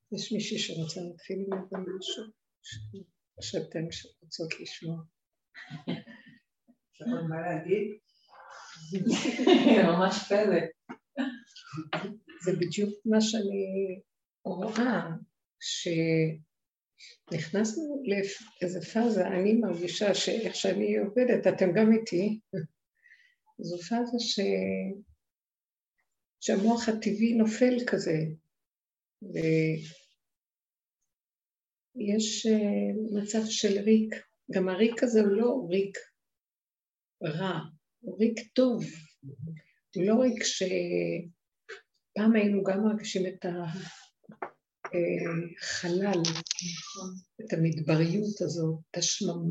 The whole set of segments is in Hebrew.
יש מישהי שרוצה להתחיל עם איזה משהו שאתן רוצות לשמוע. יש לכם מה להגיד? ממש פלא. זה בדיוק מה שאני רואה, שנכנסנו לאיזה פאזה, אני מרגישה שאיך שאני עובדת, אתם גם איתי, זו פאזה שהמוח הטבעי נופל כזה, ויש מצב של ריק, גם הריק הזה הוא לא ריק רע, הוא ריק טוב, הוא לא ריק שפעם היינו גם מרגישים את החלל, את המדבריות הזאת, את השממה,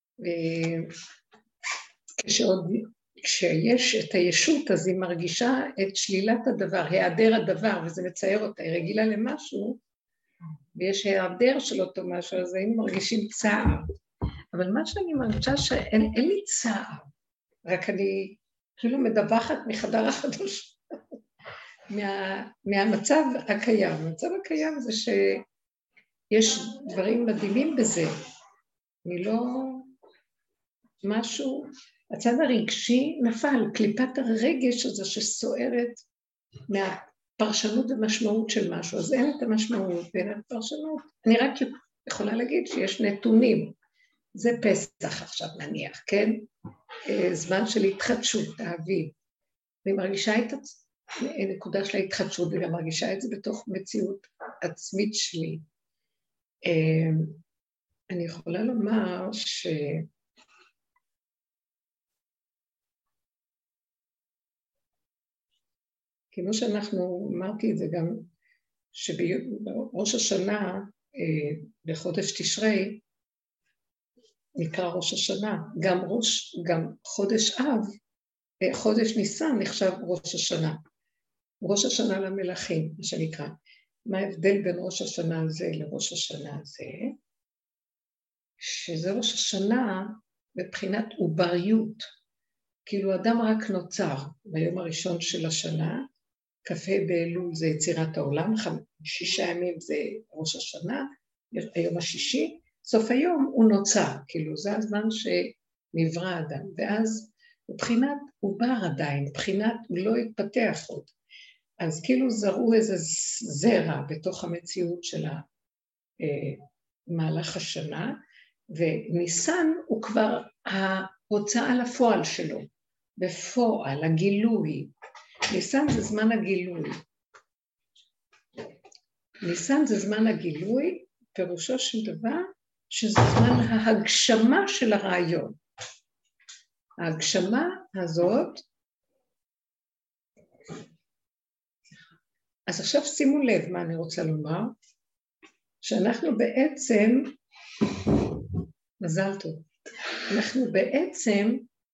כשיש את הישות אז היא מרגישה את שלילת הדבר, היעדר הדבר, וזה מצייר אותה, היא רגילה למשהו, ויש היעדר של אותו משהו, אז היינו מרגישים צער. אבל מה שאני מרגישה שאין לי צער, רק אני כאילו מדווחת מחדר החדש, מהמצב הקיים. המצב הקיים זה שיש דברים מדהימים בזה, אני לא משהו, הצד הרגשי נפל, קליפת הרגש הזה שסוערת מהפרשנות ומשמעות של משהו, אז אין את המשמעות ואין את הפרשנות. אני רק יכולה להגיד שיש נתונים, זה פסח עכשיו נניח, כן? זמן של התחדשות, האביב. אני מרגישה את הנקודה של ההתחדשות, וגם מרגישה את זה בתוך מציאות עצמית שלי. אני יכולה לומר כמו שאנחנו, אמרתי את זה גם, שבראש השנה, בחודש תשרי, נקרא ראש השנה, גם חודש אב, חודש ניסן נחשב ראש השנה, ראש השנה למלכים, מה שנקרא. מה ההבדל בין ראש השנה הזה לראש השנה הזה? שזה ראש השנה בבחינת עובריות, כאילו אדם רק נוצר ביום הראשון של השנה, כ"ה באלול זה יצירת העולם, 6 ימים זה ראש השנה, היום השישי, סוף היום הוא נוצר, כאילו זה הזמן שנברא אדם, ואז מבחינת הוא בר עדיין, מבחינת הוא לא התפתח עוד, אז כאילו זרעו איזה זרע בתוך המציאות של מהלך השנה, וניסן הוא כבר ההוצאה לפועל שלו, בפועל, הגילוי, ניסן זה זמן הגילוי. ניסן זה זמן הגילוי, פירושו של דבר, שזה זמן ההגשמה של הרעיון. ההגשמה הזאת, אז עכשיו שימו לב מה אני רוצה לומר, שאנחנו בעצם, מזל טוב, אנחנו בעצם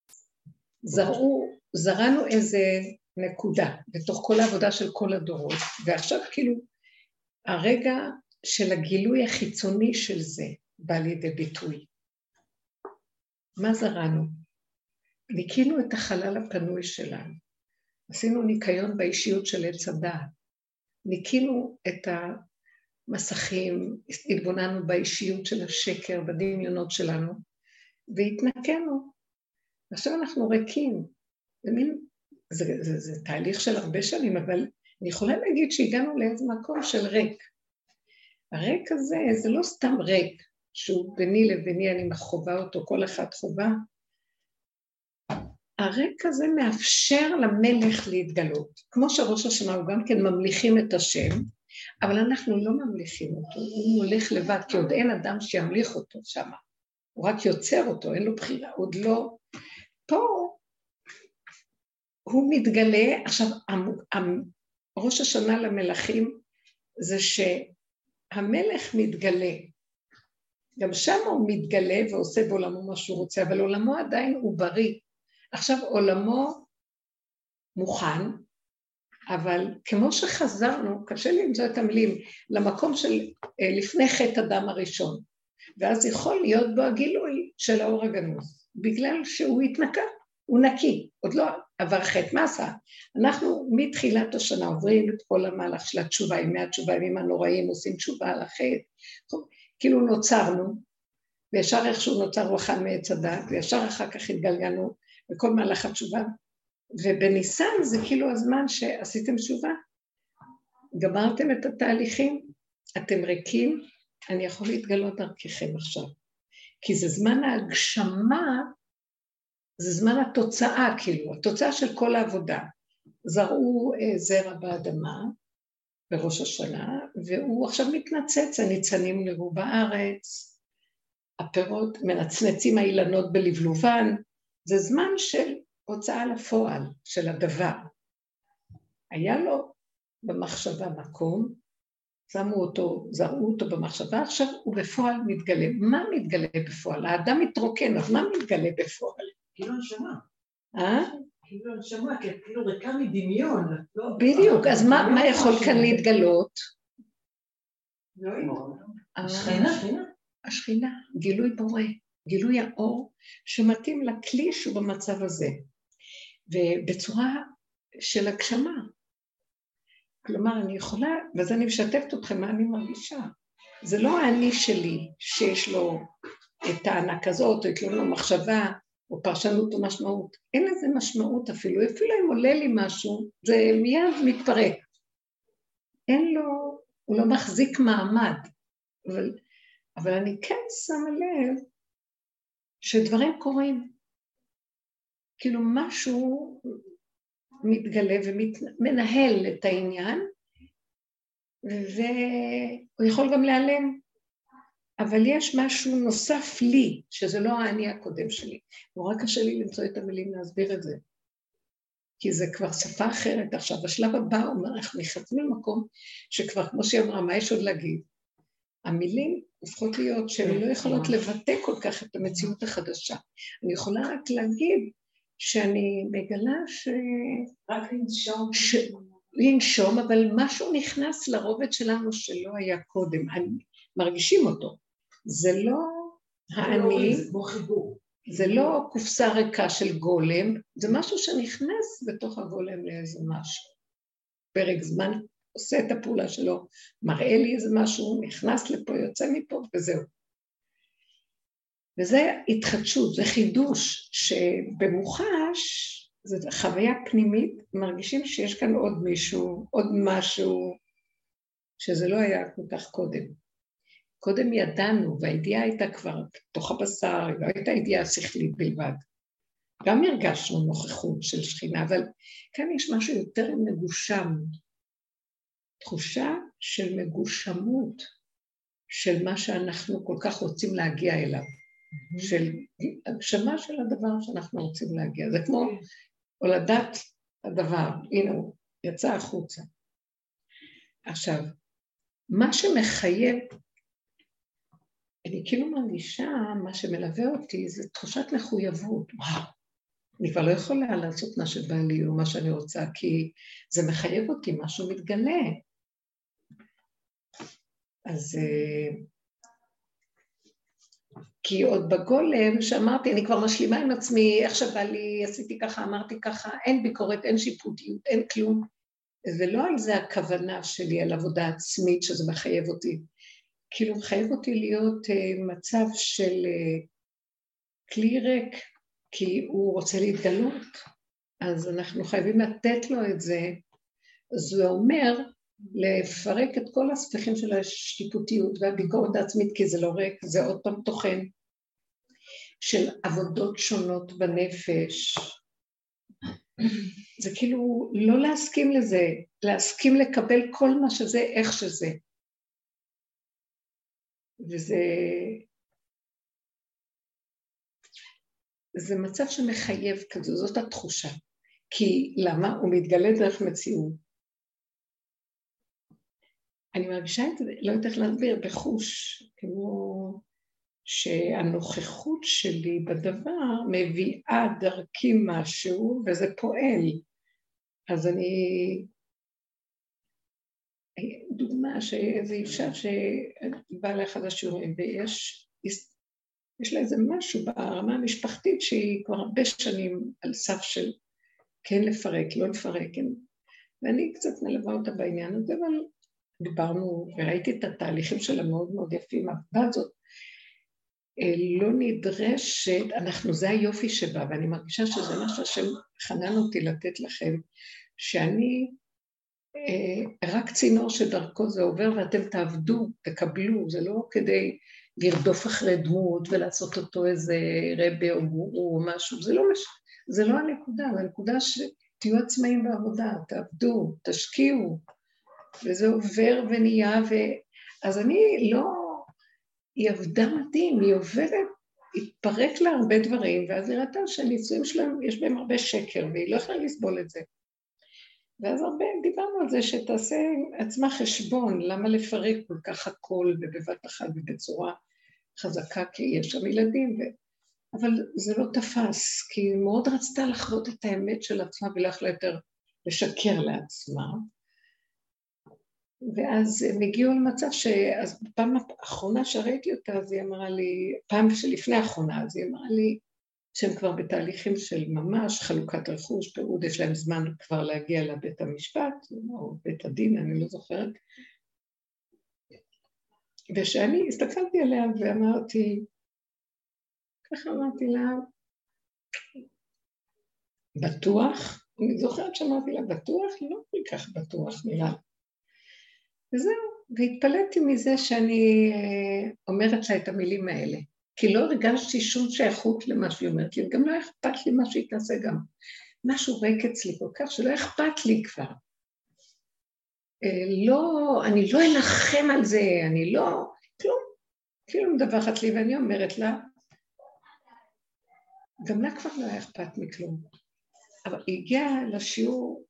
זרענו איזה נקודה בתוך כל העבודה של כל הדורות, ועכשיו כאילו הרגע של הגילוי החיצוני של זה בא לידי ביטוי. מה זרענו? ניקינו את החלל הפנוי שלנו, עשינו ניקיון באישיות של עץ הדעת, ניקינו את המסכים, התבוננו באישיות של השקר, בדמיונות שלנו, והתנקנו. עכשיו אנחנו ריקים, זה תהליך של הרבה שנים, אבל אני יכולה להגיד שהגענו לאיזה מקום של ריק. הריק הזה זה לא סתם ריק, שהוא ביני לביני, אני חובה אותו, כל אחד חובה. הריק הזה מאפשר למלך להתגלות. כמו שראש השנה הוא גם כן ממליכים את השם, אבל אנחנו לא ממליכים אותו, הוא הולך לבד, כי עוד אין אדם שימליך אותו שם. הוא רק יוצר אותו, אין לו בחירה, עוד לא. פה הוא מתגלה, עכשיו ראש השנה למלכים זה שהמלך מתגלה, גם שם הוא מתגלה ועושה בעולמו מה שהוא רוצה, אבל עולמו עדיין הוא בריא. עכשיו עולמו מוכן, אבל כמו שחזרנו, קשה לי למצוא את המילים, למקום של לפני חטא אדם הראשון, ואז יכול להיות בו הגילוי של האור הגנוז, בגלל שהוא התנקה, הוא נקי, עוד לא, עבר חטא, מה עשה? אנחנו מתחילת השנה עוברים את כל המהלך של התשובה, ימי התשובה, ימים הנוראים, עושים תשובה על החטא, כאילו נוצרנו, וישר איכשהו נוצר הוא אכל מעץ הדת, וישר אחר כך התגלגלנו בכל מהלך התשובה, ובניסן זה כאילו הזמן שעשיתם תשובה, גמרתם את התהליכים, אתם ריקים, אני יכול להתגלות דרככם עכשיו, כי זה זמן ההגשמה, זה זמן התוצאה, כאילו, התוצאה של כל העבודה. זרעו זרע באדמה בראש השנה, והוא עכשיו מתנצץ, הניצנים נראו בארץ, הפירות מנצנצים האילנות בלבלובן, זה זמן של הוצאה לפועל של הדבר. היה לו במחשבה מקום, שמו אותו, זרעו אותו במחשבה, עכשיו הוא בפועל מתגלה. מה מתגלה בפועל? האדם מתרוקן, אז מה מתגלה בפועל? כאילו נשמה. כאילו נשמה, כאילו ריקה מדמיון. בדיוק, אז מה יכול כאן להתגלות? השכינה. השכינה, גילוי בורא, גילוי האור שמתאים לכלי שהוא במצב הזה, ובצורה של הגשמה. כלומר, אני יכולה, ואז אני משתפת אתכם מה אני מרגישה. זה לא האני שלי שיש לו טענה כזאת, או יש לו מחשבה, או פרשנות או משמעות. אין לזה משמעות אפילו אם עולה לי משהו, זה מיד מתפרק. אין לו, הוא לא מחזיק מעמד. אבל אני כן שמה לב שדברים קורים. כאילו משהו מתגלה ומנהל את העניין, והוא יכול גם להיעלם. אבל יש משהו נוסף לי, שזה לא האני הקודם שלי. נורא קשה לי למצוא את המילים להסביר את זה. כי זה כבר שפה אחרת. עכשיו, השלב הבא אומר, אנחנו נכנסים למקום שכבר, כמו שהיא אמרה, מה יש עוד להגיד? המילים הופכות להיות שהן לא יכולות לבטא כל כך את המציאות החדשה. אני יכולה רק להגיד שאני מגלה רק לנשום. לנשום, אבל משהו נכנס לרובד שלנו שלא היה קודם. מרגישים אותו. זה לא האני, זה לא קופסה ריקה של גולם, זה משהו שנכנס בתוך הגולם לאיזה משהו. פרק זמן עושה את הפעולה שלו, מראה לי איזה משהו, נכנס לפה, יוצא מפה, וזהו. וזה התחדשות, זה חידוש, שבמוחש, זו חוויה פנימית, מרגישים שיש כאן עוד מישהו, עוד משהו, שזה לא היה כל כך קודם. קודם ידענו, והידיעה הייתה כבר בתוך הבשר, לא הייתה ידיעה שכלית בלבד. גם הרגשנו נוכחות של שכינה, אבל כאן יש משהו יותר מגושם, תחושה של מגושמות, של מה שאנחנו כל כך רוצים להגיע אליו, של הגשמה של הדבר שאנחנו רוצים להגיע. זה כמו הולדת הדבר, הנה הוא יצא החוצה. עכשיו, מה שמחייב, אני כאילו מרגישה, מה שמלווה אותי זה תחושת מחויבות. וואו, אני כבר לא יכולה לעשות מה שבא לי או מה שאני רוצה, כי זה מחייב אותי, משהו מתגלה. אז כי עוד בגולם שאמרתי, אני כבר משלימה עם עצמי, איך שבא לי, עשיתי ככה, אמרתי ככה, אין ביקורת, אין שיפוטיות, אין כלום. ולא על זה הכוונה שלי, על עבודה עצמית שזה מחייב אותי. כאילו מחייב אותי להיות מצב של כלי ריק, כי הוא רוצה להתגלות, אז אנחנו חייבים לתת לו את זה. זה אומר לפרק את כל הספחים של השיפוטיות והביקורת העצמית, כי זה לא ריק, זה עוד פעם תוכן של עבודות שונות בנפש. זה כאילו לא להסכים לזה, להסכים לקבל כל מה שזה, איך שזה. וזה מצב שמחייב כזה, זאת התחושה. כי למה? הוא מתגלה דרך מציאות. אני מרגישה את זה, לא יודעת להסביר, בחוש, כמו שהנוכחות שלי בדבר מביאה דרכי משהו, וזה פועל. אז אני, דוגמה שאיזו אישה שבאה לאחד השיעורים, ויש לה איזה משהו ברמה המשפחתית שהיא כבר הרבה שנים על סף של כן לפרק, לא לפרק, כן. ואני קצת מלווה אותה בעניין הזה, אבל דיברנו, וראיתי את התהליכים שלה מאוד מאוד יפים, העבודה הזאת לא נדרשת, זה היופי שבה, ואני מרגישה שזה מה שהשם חנן אותי לתת לכם, שאני רק צינור שדרכו זה עובר, ואתם תעבדו, תקבלו, זה לא כדי לרדוף אחרי דמות, ולעשות אותו איזה רבה או גורו או משהו, זה לא הנקודה, הנקודה שתהיו עצמאים בעבודה, תעבדו, תשקיעו, וזה עובר ונהיה, אז אני לא, היא עבדה מדהים, היא עובדת, התפרק לה הרבה דברים, ואז היא ראתה שהניסויים שלהם, יש בהם הרבה שקר, והיא לא יכולה לסבול את זה. ואז הרבה דיברנו על זה שתעשה עצמה חשבון, למה לפרק כל כך הכל ובבת אחת ובצורה חזקה, כי יש שם ילדים, אבל זה לא תפס, כי היא מאוד רצתה לחוות את האמת של עצמה ולא יכלה יותר לשקר לעצמה. ואז הם הגיעו למצב אז בפעם האחרונה שראיתי אותה, אז היא אמרה לי, פעם שלפני האחרונה, אז היא אמרה לי, שהם כבר בתהליכים של ממש חלוקת רכוש, פירוד, יש להם זמן כבר להגיע לבית המשפט, או בית הדין, אני לא זוכרת. ושאני הסתכלתי עליה ואמרתי, ככה אמרתי לה, בטוח? אני זוכרת שאמרתי לה, בטוח? היא לא כל כך בטוח מילה. וזהו, והתפלאתי מזה שאני אומרת לה את המילים האלה. כי לא הרגשתי שום שייכות למה שהיא אומרת לי, גם לא אכפת לי מה שהיא תעשה גם. משהו ריק אצלי כל כך, שלא אכפת לי כבר. אני לא אלחם על זה, אני לא, כלום מדווחת לי, ואני אומרת לה, גם לה כבר לא היה אכפת מכלום. אבל היא הגיעה לשיעור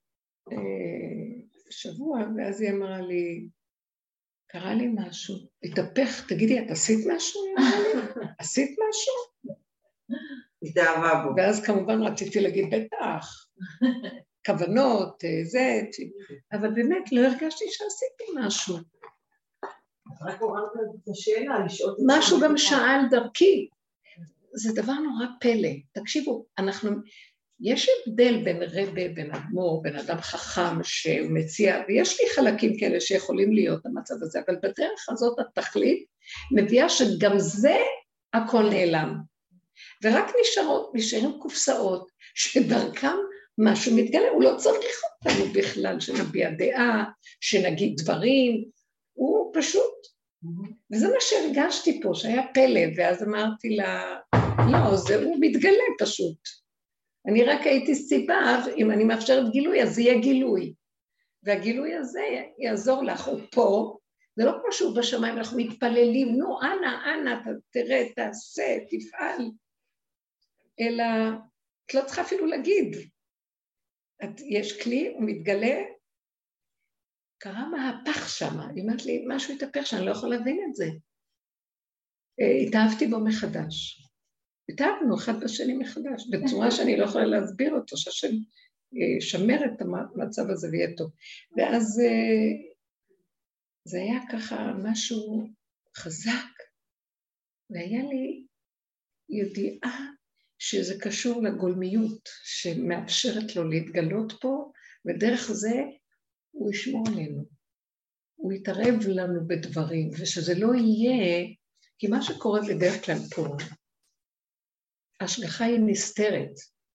שבוע, ואז היא אמרה לי, קרה לי משהו, התהפך, תגידי, את עשית משהו? עשית משהו? התאהבה בו. ואז כמובן רציתי להגיד, בטח, כוונות, זה, אבל באמת לא הרגשתי שעשיתי משהו. רק עוררת את השאלה, לשאול... משהו גם שאל דרכי. זה דבר נורא פלא. תקשיבו, יש הבדל בין רבה, בין אדמו"ר, בין אדם חכם שמציע, ויש לי חלקים כאלה שיכולים להיות במצב הזה, אבל בדרך הזאת התכלית מביאה שגם זה הכל נעלם. ורק נשארים קופסאות שדרכם משהו מתגלה, הוא לא צריך אותנו בכלל, שנביע דעה, שנגיד דברים, הוא פשוט. וזה מה שהרגשתי פה, שהיה פלא, ואז אמרתי לה, לא, הוא מתגלה פשוט. אני רק הייתי סיבה, אם אני מאפשרת גילוי, אז יהיה גילוי. והגילוי הזה יעזור לך, הוא פה, זה לא כמו שהוא בשמיים, אנחנו מתפללים, נו, אנא, תראה, תעשה, תפעל. אלא, את לא צריכה אפילו להגיד. יש כלי, הוא מתגלה, קרה מהפך שם, היא אומרת לי, משהו התהפך שאני לא יכולה להבין את זה. התאהבתי בו מחדש. התאהבנו אחד בשני מחדש, בצורה שאני לא יכולה להסביר אותו, שהשם שמר את המצב הזה ויהיה טוב. ואז זה היה ככה משהו חזק, והיה לי ידיעה שזה קשור לגולמיות, שמאפשרת לו להתגלות פה, ודרך זה הוא ישמור עלינו. הוא יתערב לנו בדברים, ושזה לא יהיה, כי מה שקורה בדרך כלל פה, ההשגחה היא נסתרת.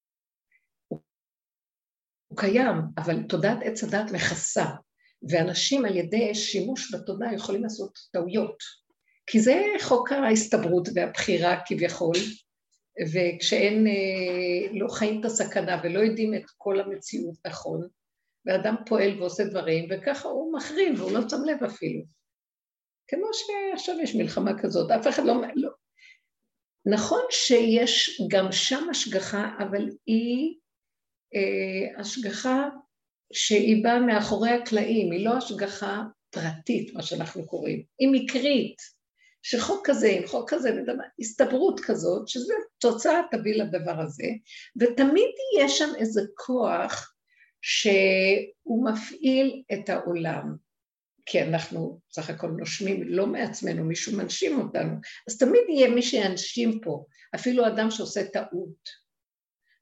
הוא קיים, אבל תודעת עץ הדעת מכסה, ואנשים על ידי שימוש בתודעה יכולים לעשות טעויות, כי זה חוק ההסתברות והבחירה כביכול, וכשאין, לא חיים את הסכנה ולא יודעים את כל המציאות נכון, ואדם פועל ועושה דברים, וככה הוא מחרים והוא לא שם לב אפילו. כמו שעכשיו יש מלחמה כזאת, אף אחד לא... נכון שיש גם שם השגחה, אבל היא השגחה שהיא באה מאחורי הקלעים, היא לא השגחה פרטית, מה שאנחנו קוראים, היא מקרית, שחוק כזה עם חוק כזה, הסתברות כזאת, שזה תוצאה תביא לדבר הזה, ותמיד יש שם איזה כוח שהוא מפעיל את העולם, כי אנחנו סך הכל נושמים לא מעצמנו, מישהו מנשים אותנו, אז תמיד יהיה מי שינשים פה, אפילו אדם שעושה טעות,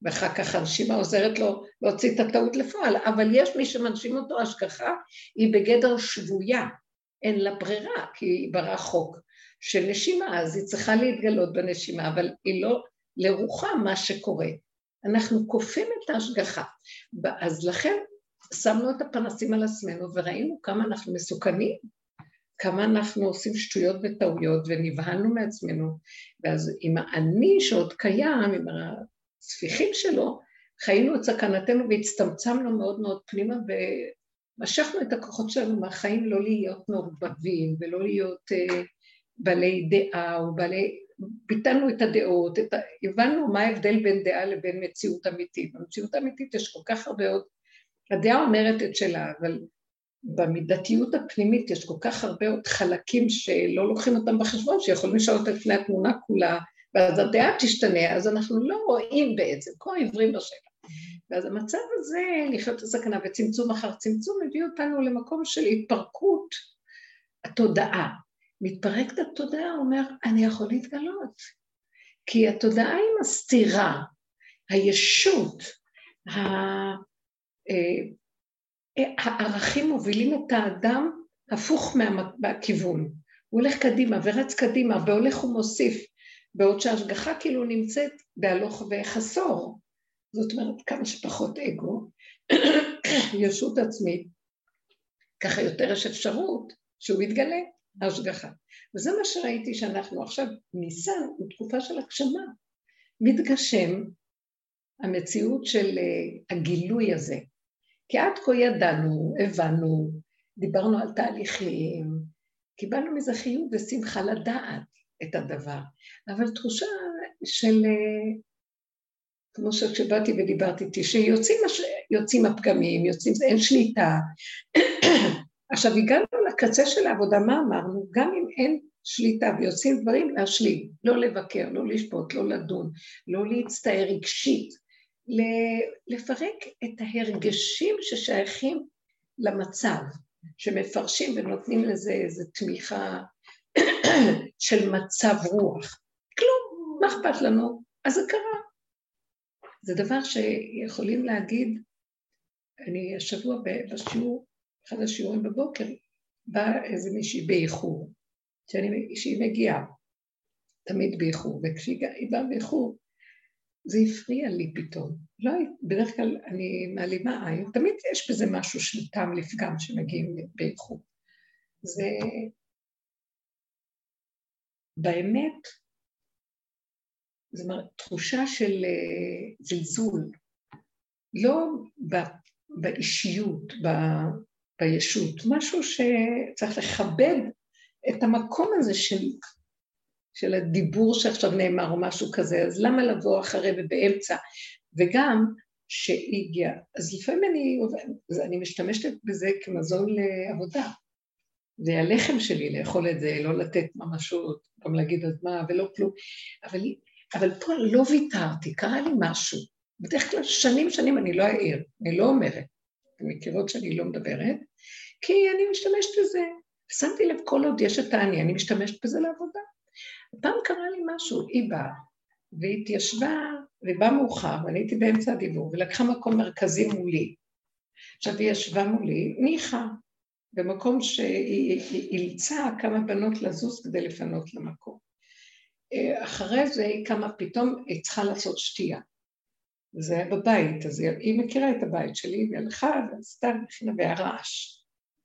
ואחר כך הנשימה עוזרת לו להוציא את הטעות לפועל, אבל יש מי שמנשים אותו השגחה, היא בגדר שבויה, אין לה ברירה, כי היא ברא חוק של נשימה, אז היא צריכה להתגלות בנשימה, אבל היא לא לרוחה מה שקורה. אנחנו כופים את ההשגחה, אז לכן שמנו את הפנסים על עצמנו, וראינו כמה אנחנו מסוכנים, כמה אנחנו עושים שטויות וטעויות, ונבהלנו מעצמנו, ואז עם האני שעוד קיים, עם הספיחים שלו, חיינו את סכנתנו והצטמצמנו מאוד מאוד פנימה, ומשכנו את הכוחות שלנו מהחיים לא להיות מעורבבים, ולא להיות בעלי דעה, או בעלי... ביטלנו את הדעות, הבנו מה ההבדל בין דעה לבין מציאות אמיתית. במציאות האמיתית יש כל כך הרבה עוד, הדעה אומרת את שלה, אבל במידתיות הפנימית יש כל כך הרבה עוד חלקים שלא לוקחים אותם בחשבון, שיכולים לשאול את לפני התמונה כולה, ואז הדעה תשתנה, אז אנחנו לא רואים בעצם, כמו עיוורים בשאלה. ואז המצב הזה, לחיות את הסכנה וצמצום אחר צמצום, מביא אותנו למקום של התפרקות התודעה. מתפרקת התודעה, אומר, אני יכול להתגלות. כי התודעה היא מסתירה, הישות, הערכים מובילים את האדם הפוך מהכיוון. הוא הולך קדימה ורץ קדימה, בהולך ומוסיף, בעוד שההשגחה כאילו נמצאת בהלוך וחסור. זאת אומרת, כמה שפחות אגו, ישות עצמית, ככה יותר יש אפשרות שהוא יתגלה, ההשגחה. וזה מה שראיתי שאנחנו עכשיו ניסן, בתקופה של הגשמה, מתגשם המציאות של הגילוי הזה. כי עד כה ידענו, הבנו, דיברנו על תהליכים, קיבלנו מזה חיוב ושמחה לדעת את הדבר, אבל תחושה של, כמו שכשבאתי ודיברתי איתי, שיוצאים הפגמים, אין שליטה. עכשיו הגענו לקצה של העבודה, מה אמרנו? גם אם אין שליטה ויוצאים דברים, להשלים, לא לבקר, לא לשפוט, לא לדון, לא להצטער רגשית, לפרק את ההרגשים ששייכים למצב, שמפרשים ונותנים לזה איזו תמיכה של מצב רוח. כלום, מה אכפת לנו? אז זה קרה. זה דבר שיכולים להגיד, אני השבוע בשיעור, אחד השיעורים בבוקר, באה איזה מישהי באיחור, שהיא מגיעה, תמיד באיחור, וכשהיא באה באיחור, זה הפריע לי פתאום. לא, בדרך כלל אני מעלימה עין, תמיד יש בזה משהו של טעם לפגם שמגיעים באיחור. זה באמת, זאת אומרת, תחושה של זלזול, לא באישיות, בישות, משהו שצריך לכבד את המקום הזה של הדיבור שעכשיו נאמר או משהו כזה, אז למה לבוא אחרי ובאמצע? וגם שהגיע, אז לפעמים אני משתמשת בזה כמזון לעבודה, זה הלחם שלי לאכול את זה, לא לתת ממשות, גם להגיד עד מה ולא כלום, אבל פה לא ויתרתי, קרה לי משהו, בדרך כלל שנים אני לא אעיר, אני לא אומרת, אתם מכירות שאני לא מדברת, כי אני משתמשת בזה, שמתי לב כל עוד יש את אני משתמשת בזה לעבודה. פעם קרה לי משהו, היא באה, והיא התיישבה, ובאה מאוחר, ואני הייתי באמצע הדיבור, ולקחה מקום מרכזי מולי. עכשיו היא ישבה מולי, ניחה, במקום שהיא אילצה כמה בנות לזוז כדי לפנות למקום. אחרי זה היא קמה פתאום, היא צריכה לעשות שתייה. וזה היה בבית, אז היא מכירה את הבית שלי, והיא הלכה ועשתה מכינה והרעש.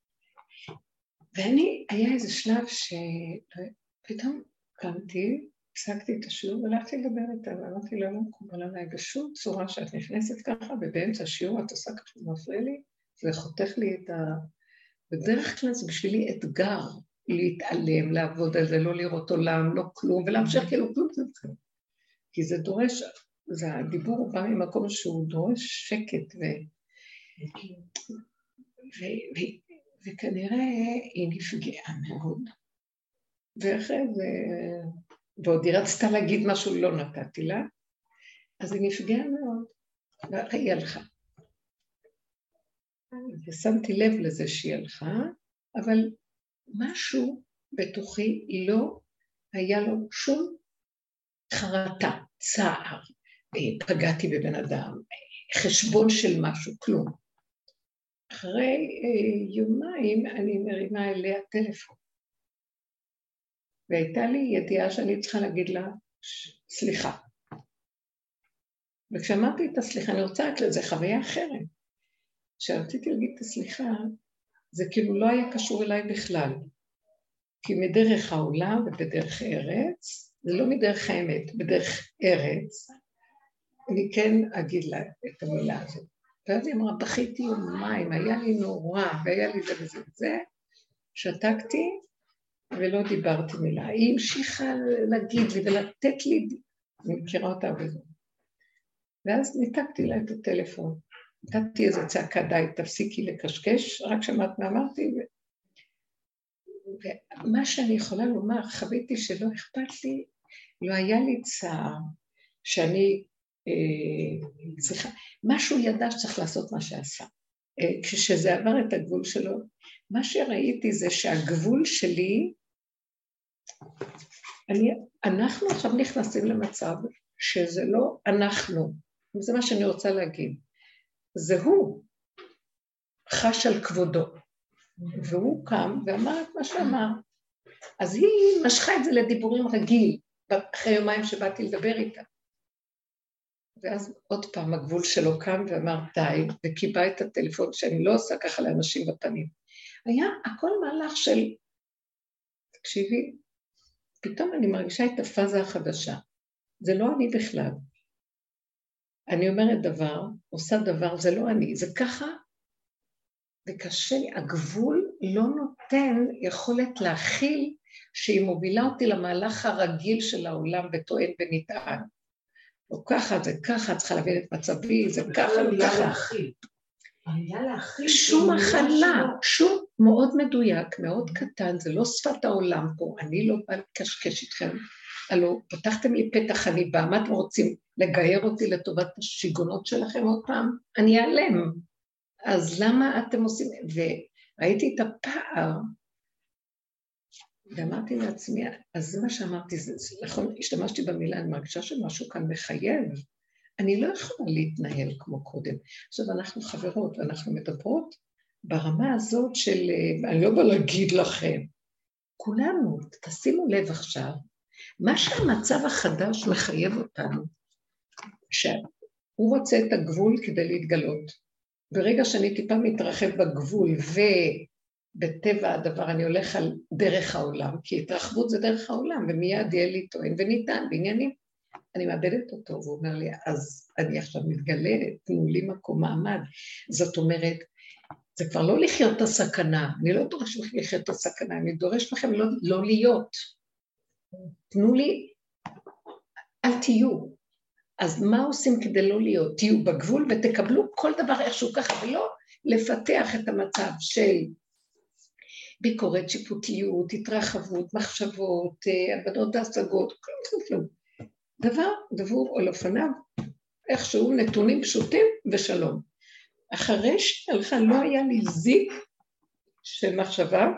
היה איזה שלב שפתאום קמתי, הפסקתי את השיעור, והלכתי לדבר איתה, ואמרתי לה, לא מקובל עליי בשום צורה שאת נכנסת ככה, ובאמצע השיעור את עושה ככה, מפריע לי, זה חותך לי את בדרך כלל זה בשבילי אתגר להתעלם, לעבוד על זה, לא לראות עולם, לא כלום, ולהמשיך כאילו כלום זה זה. כי זה דורש, הדיבור בא ממקום שהוא דורש שקט, וכנראה היא נפגעה מאוד. ואחרי זה, ועוד היא רצתה להגיד משהו, לא נתתי לה, אז היא נפגעה מאוד, והיא הלכה. ושמתי לב לזה שהיא הלכה, אבל משהו בתוכי לא היה לו שום חרטה, צער, פגעתי בבן אדם, חשבון של משהו, כלום. אחרי יומיים אני מרימה אליה טלפון. והייתה לי ידיעה שאני צריכה להגיד לה, סליחה. וכשאמרתי את הסליחה, אני רוצה רק לזה חוויה אחרת. כשרציתי להגיד את הסליחה, זה כאילו לא היה קשור אליי בכלל. כי מדרך העולם ובדרך ארץ, זה לא מדרך האמת, בדרך ארץ, אני כן אגיד לה את המילה הזאת. ואז היא אמרה, בכיתי יומיים, היה לי נורא, והיה לי זה וזה וזה, שתקתי ולא דיברתי מילה. היא המשיכה להגיד לי ולתת לי, אני מכירה אותה וזה. ואז ניתקתי לה את הטלפון. נתתי איזו צעקה, די, תפסיקי לקשקש, רק שמעת מה אמרתי. ומה שאני יכולה לומר, חוויתי שלא אכפת לי, לא היה לי צער, שאני צריכה, משהו ידע שצריך לעשות מה שעשה. כשזה עבר את הגבול שלו, מה שראיתי זה שהגבול שלי, אנחנו עכשיו נכנסים למצב שזה לא אנחנו, זה מה שאני רוצה להגיד, זה הוא חש על כבודו, והוא קם ואמר את מה שאמר, אז היא משכה את זה לדיבורים רגיל, אחרי יומיים שבאתי לדבר איתה. ואז עוד פעם הגבול שלו קם ואמר די, וקיבה את הטלפון שאני לא עושה ככה לאנשים בפנים. היה הכל מהלך של, תקשיבי, פתאום אני מרגישה את הפאזה החדשה. זה לא אני בכלל. אני אומרת דבר, עושה דבר, זה לא אני, זה ככה, וקשה לי, הגבול לא נותן יכולת להכיל שהיא מובילה אותי למהלך הרגיל של העולם וטוען ונטען. או ככה, זה ככה, צריכה להבין את מצבי, זה ככה וככה. המילה להכיל. שום הכלה, שום מאוד מדויק, מאוד קטן, זה לא שפת העולם פה, אני לא באה לקשקש איתכם, הלוא פתחתם לי פתח, אני באה, מה אתם רוצים לגייר אותי לטובת השיגונות שלכם עוד פעם? אני אעלם. אז למה אתם עושים? וראיתי את הפער, ואמרתי לעצמי, אז זה מה שאמרתי, נכון, השתמשתי במילה, אני מרגישה שמשהו כאן מחייב, אני לא יכולה להתנהל כמו קודם. עכשיו אנחנו חברות, ואנחנו מדברות ברמה הזאת של, אני לא באה להגיד לכם, כולנו, תשימו לב עכשיו, מה שהמצב החדש מחייב אותנו, שהוא רוצה את הגבול כדי להתגלות. ברגע שאני טיפה מתרחב בגבול ובטבע הדבר, אני הולך על דרך העולם, כי התרחבות זה דרך העולם, ומיד יהיה לי טוען וניתן בעניינים. אני מאבדת אותו, והוא אומר לי, אז אני עכשיו מתגללת, תנו לי מקום מעמד. זאת אומרת, זה כבר לא לחיות את הסכנה, אני לא דורש לכם לחיות את הסכנה, אני דורש לכם לא להיות. תנו לי, אל תהיו. אז מה עושים כדי לא להיות? תהיו בגבול ותקבלו כל דבר איכשהו ככה, ולא לפתח את המצב של ביקורת, שיפוטיות, התרחבות, מחשבות, הבנות ההשגות, כלום. דבור או לפניו, איכשהו נתונים פשוטים ושלום. אחרי שהלכה לא היה לי זיק של מחשבה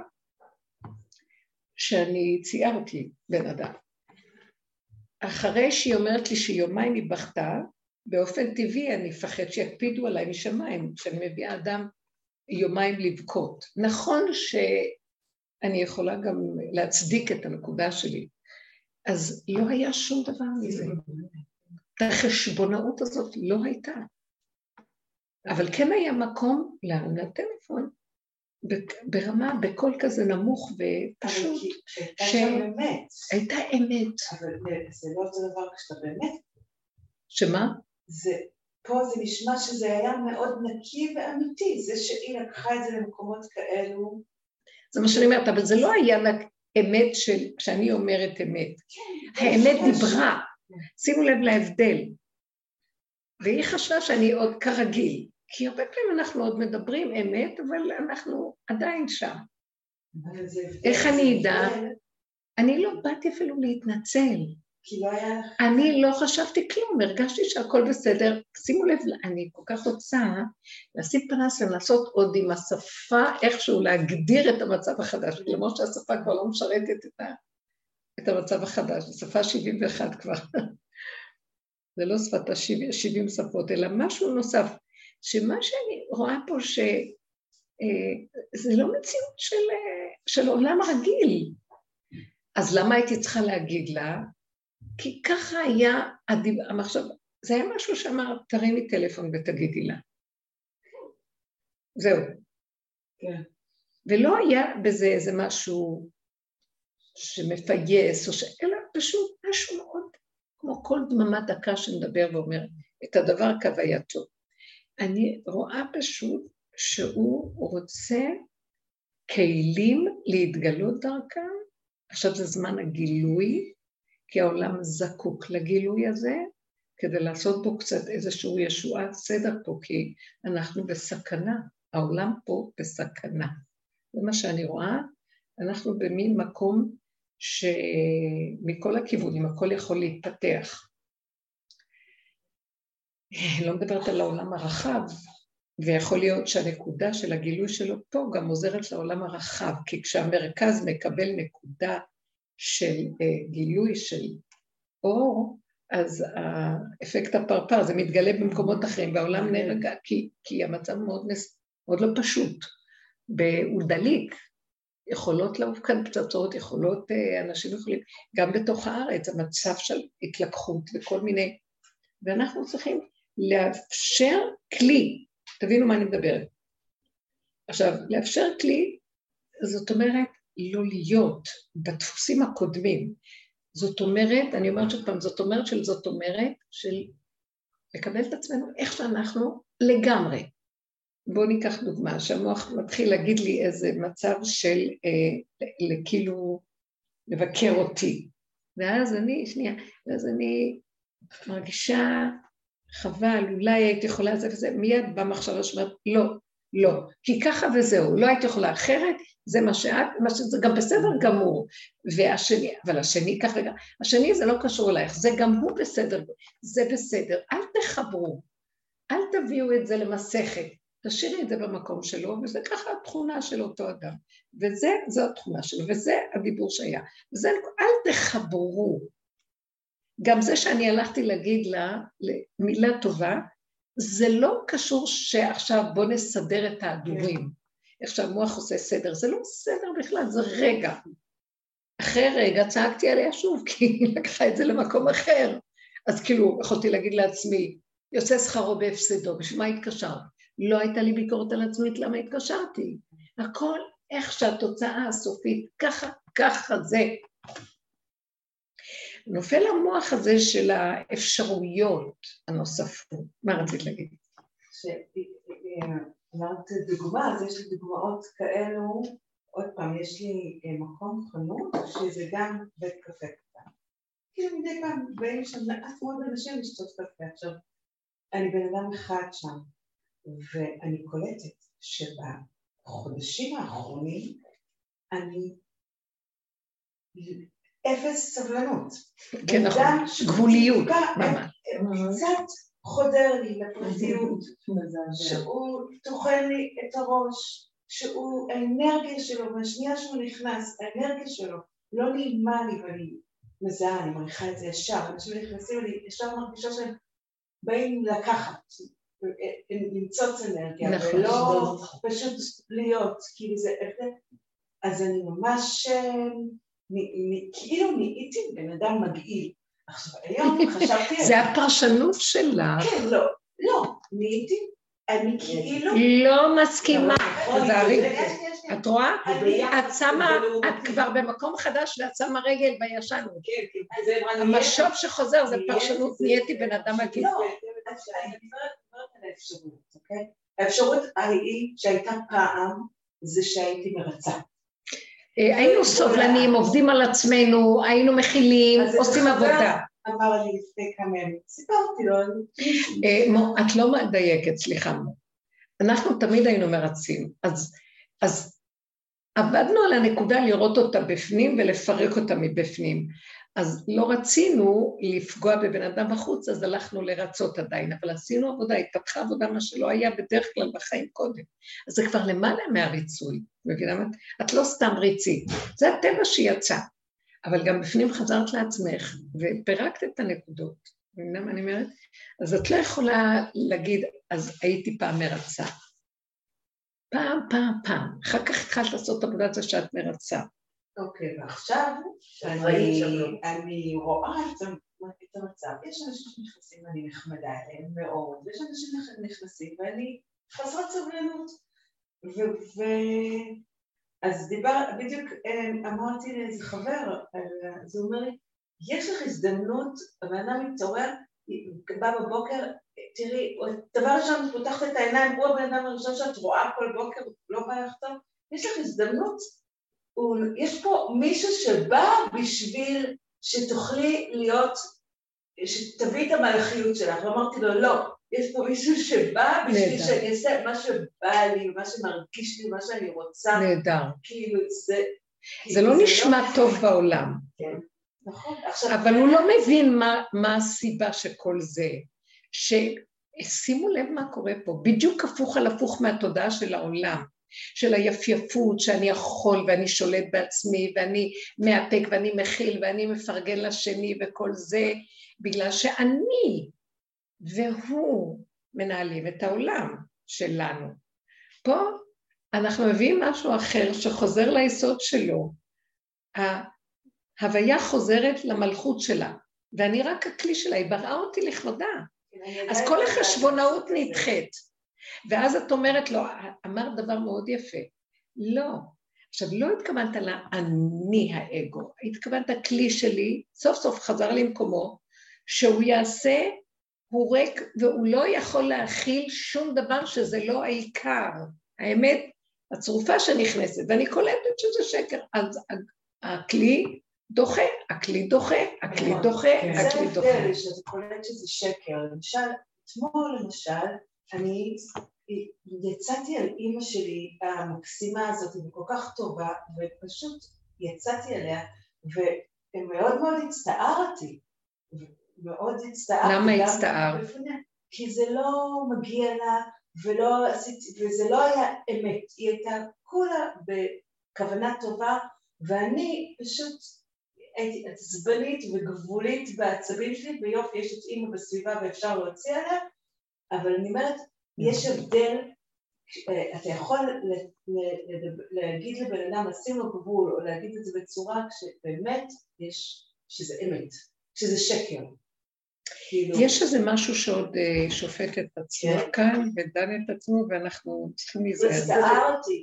שאני ציירתי בן אדם. אחרי שהיא אומרת לי שיומיים היא בכתה, באופן טבעי אני אפחד שיקפידו עליי משמיים, כשאני מביאה אדם יומיים לבכות. נכון שאני יכולה גם להצדיק את הנקודה שלי, אז לא היה שום דבר מזה. החשבונאות הזאת לא הייתה. אבל כן היה מקום לטלפון, ברמה, בקול כזה נמוך ופשוט, שהייתה אמת. אבל זה לא אותו דבר כשאתה באמת. שמה? פה זה נשמע שזה היה מאוד נקי ואמיתי, זה שהיא לקחה את זה למקומות כאלו. זה מה שאני אומרת, אבל זה לא היה אמת כשאני אומרת אמת. האמת דיברה, שימו לב להבדל. והיא חשבה שאני עוד כרגיל. כי הרבה פעמים אנחנו עוד מדברים אמת, אבל אנחנו עדיין שם. איך אני אדע? אני לא באתי אפילו להתנצל. אני לא חשבתי כלום, הרגשתי שהכל בסדר. שימו לב, אני כל כך רוצה לשים פנס ולעשות עוד עם השפה, איכשהו להגדיר את המצב החדש, למרות שהשפה כבר לא משרתת את המצב החדש, השפה 71 כבר. זה לא שפת 70 שפות, אלא משהו נוסף, שמה שאני רואה פה זה לא מציאות של עולם רגיל. אז למה הייתי צריכה להגיד לה? כי ככה היה המחשב, זה היה משהו שאמר, תרימי טלפון ותגידי לה. זהו. כן. ולא היה בזה איזה משהו שמפייס, אלא פשוט משהו מאוד, כמו כל דממה דקה שנדבר ואומר את הדבר כהווייתו. אני רואה פשוט שהוא רוצה כלים להתגלות דרכם, עכשיו זה זמן הגילוי, כי העולם זקוק לגילוי הזה, כדי לעשות בו קצת איזשהו ישועת סדר פה, כי אנחנו בסכנה, העולם פה בסכנה. זה מה שאני רואה, אנחנו במין מקום שמכל הכיוונים, הכל יכול להתפתח. לא מדברת על העולם הרחב, ויכול להיות שהנקודה של הגילוי שלו פה גם עוזרת לעולם הרחב, כי כשהמרכז מקבל נקודה של גילוי של אור, אז האפקט הפרפר, זה מתגלה במקומות אחרים, והעולם נרגע, כי המצב מאוד לא פשוט. הוא דליק, יכולות לעוף כאן פצצות, אנשים יכולים, גם בתוך הארץ, המצב של התלקחות וכל מיני, ואנחנו צריכים לאפשר כלי, תבינו מה אני מדברת. עכשיו, לאפשר כלי, זאת אומרת, לא להיות בדפוסים הקודמים. זאת אומרת, אני אומרת שוב פעם, זאת אומרת של לקבל את עצמנו איך שאנחנו לגמרי. בואו ניקח דוגמה, שהמוח מתחיל להגיד לי איזה מצב של כאילו לבקר אותי. ואז אני מרגישה חבל, אולי הייתי יכולה לזה וזה, מיד במחשבה שאומרת, לא, כי ככה וזהו, לא הייתי יכולה אחרת, זה מה שזה גם בסדר גמור, אבל השני כך וגם, השני זה לא קשור אלייך, זה גם הוא בסדר, זה בסדר, אל תחברו, אל תביאו את זה למסכת, תשאירי את זה במקום שלו, וזה ככה התכונה של אותו אדם, זו התכונה שלו, וזה הדיבור שהיה, וזה, אל תחברו, גם זה שאני הלכתי להגיד לה מילה טובה, זה לא קשור שעכשיו בוא נסדר את ההדורים, איך שהמוח עושה סדר, זה לא סדר בכלל, זה רגע. אחרי רגע צעקתי עליה שוב, כי היא לקחה את זה למקום אחר, אז כאילו יכולתי להגיד לעצמי, יוצא שכרו בהפסדו, בשביל מה התקשרת? לא הייתה לי ביקורת על עצמית, למה התקשרתי? הכל איך שהתוצאה הסופית, ככה זה. נופל המוח הזה של האפשרויות הנוספות. מה רצית להגיד? אמרת דוגמה, אז יש לי דוגמאות כאלו, עוד פעם, יש לי מקום חנות, שזה גם בית קפה קטן. כאילו מדי פעם באים שם מעט מאוד אנשים לשתות קפה. עכשיו, אני בן אדם אחד שם, ואני קולטת שבחודשים האחרונים, אני אפס סבלנות. כן, נכון, גבוליות. קצת חודר לי לפרטיות, שהוא תוכל לי את הראש, שהוא האנרגיה שלו, והשנייה שהוא נכנס, האנרגיה שלו לא נעימה לי, ואני מזהה, אני מריחה את זה ישר, אנשים נכנסים, אני ישר מרגישה שהם באים לקחת, למצוץ אנרגיה, ולא פשוט להיות, כאילו זה, אז אני ממש, כאילו נהייתי בן אדם מגעיל. עכשיו, היום חשבתי... זה הפרשנות שלה. כן, לא, נהייתי, אני כאילו... לא מסכימה. את רואה? את שמה, את כבר במקום חדש ואת שמה רגל בישן. המשוב שחוזר זה פרשנות, נהייתי בן אדם מגעיל. לא, אני מדברת על האפשרות, אוקיי? האפשרות ההיא שהייתה פעם, זה שהייתי מרצה. היינו סובלנים, עובדים על עצמנו, היינו מכילים, עושים עבודה. אמר לי לפני כמה ימים, סיפרתי לו. את לא מדייקת, סליחה. אנחנו תמיד היינו מרצים, אז עבדנו על הנקודה לראות אותה בפנים ולפרק אותה מבפנים. אז לא רצינו לפגוע בבן אדם בחוץ, אז הלכנו לרצות עדיין, אבל עשינו עבודה, התפתחה עבודה מה שלא היה בדרך כלל בחיים קודם. אז זה כבר למעלה מהריצוי, מבינה? את לא סתם ריצית, זה הטבע שיצא, אבל גם בפנים חזרת לעצמך, ופירקת את הנקודות, מבינה מה אני אומרת? אז את לא יכולה להגיד, אז הייתי פעם מרצה. פעם. אחר כך התחלת לעשות עבודת זה שאת מרצה. אוקיי, ועכשיו אני רואה את המצב. יש אנשים שנכנסים ואני נחמדה אליהם מאוד, ויש אנשים נכנסים ואני חסרת סבלנות. אז בדיוק אמרתי לאיזה חבר, אז הוא אומר לי, יש לך הזדמנות, הבנה מתעורר, בא בבוקר, תראי, דבר ראשון, את פותחת את העיניים, הוא הבן אדם הראשון שאת רואה כל בוקר, לא בא לך טוב, יש לך הזדמנות, יש פה מישהו שבא בשביל שתוכלי להיות, שתביא את המלאכיות שלך, ואמרתי לו, לא, יש פה מישהו שבא בשביל שאני אעשה מה שבא לי, מה שמרגיש לי, מה שאני רוצה. נהדר. כאילו זה לא נשמע טוב בעולם. כן. נכון. אבל הוא לא מבין מה הסיבה שכל זה, ששימו לב מה קורה פה, בדיוק הפוך על הפוך מהתודעה של העולם, של היפייפות שאני יכול ואני שולט בעצמי ואני מאפק ואני מכיל ואני מפרגן לשני וכל זה, בגלל שאני והוא מנהלים את העולם שלנו. פה אנחנו מביאים משהו אחר שחוזר ליסוד שלו, ההוויה חוזרת למלכות שלה, ואני רק הכלי שלה, היא בראה אותי לכבודה. אז כל החשבונאות נדחית. ואז את אומרת לו, אמר דבר מאוד יפה, לא. עכשיו, לא התכוונת לאני האגו, התכוונת הכלי שלי, סוף סוף חזר למקומו, שהוא יעשה, הוא ריק, והוא לא יכול להכיל שום דבר שזה לא העיקר. האמת, הצרופה שנכנסת, ואני קולטת שזה שקר, אז הכלי דוחה, הכלי דוחה. זה הבדל שאתה קולט שזה שקר. למשל, אתמול אני יצאתי על אמא שלי, המקסימה הזאת, היא כל כך טובה, ופשוט יצאתי עליה, ומאוד מאוד הצטערתי. למה הצטער? כי זה לא מגיע לה, וזה לא היה אמת. היא הייתה כולה בכוונה טובה, ואני פשוט הייתי עצבנית וגבולית בעצבים שלי, ויופי, יש את אמא בסביבה ואפשר להוציא עליה, אבל אני אומרת, יש הבדל, אתה יכול להגיד לבן אדם, לשים לו גבול, או להגיד את זה בצורה שבאמת יש, שזה אמת, שזה שקר. יש איזה משהו שעוד שופט את עצמו כאן, ודן את עצמו, ואנחנו צריכים להיזהר. הצטערתי.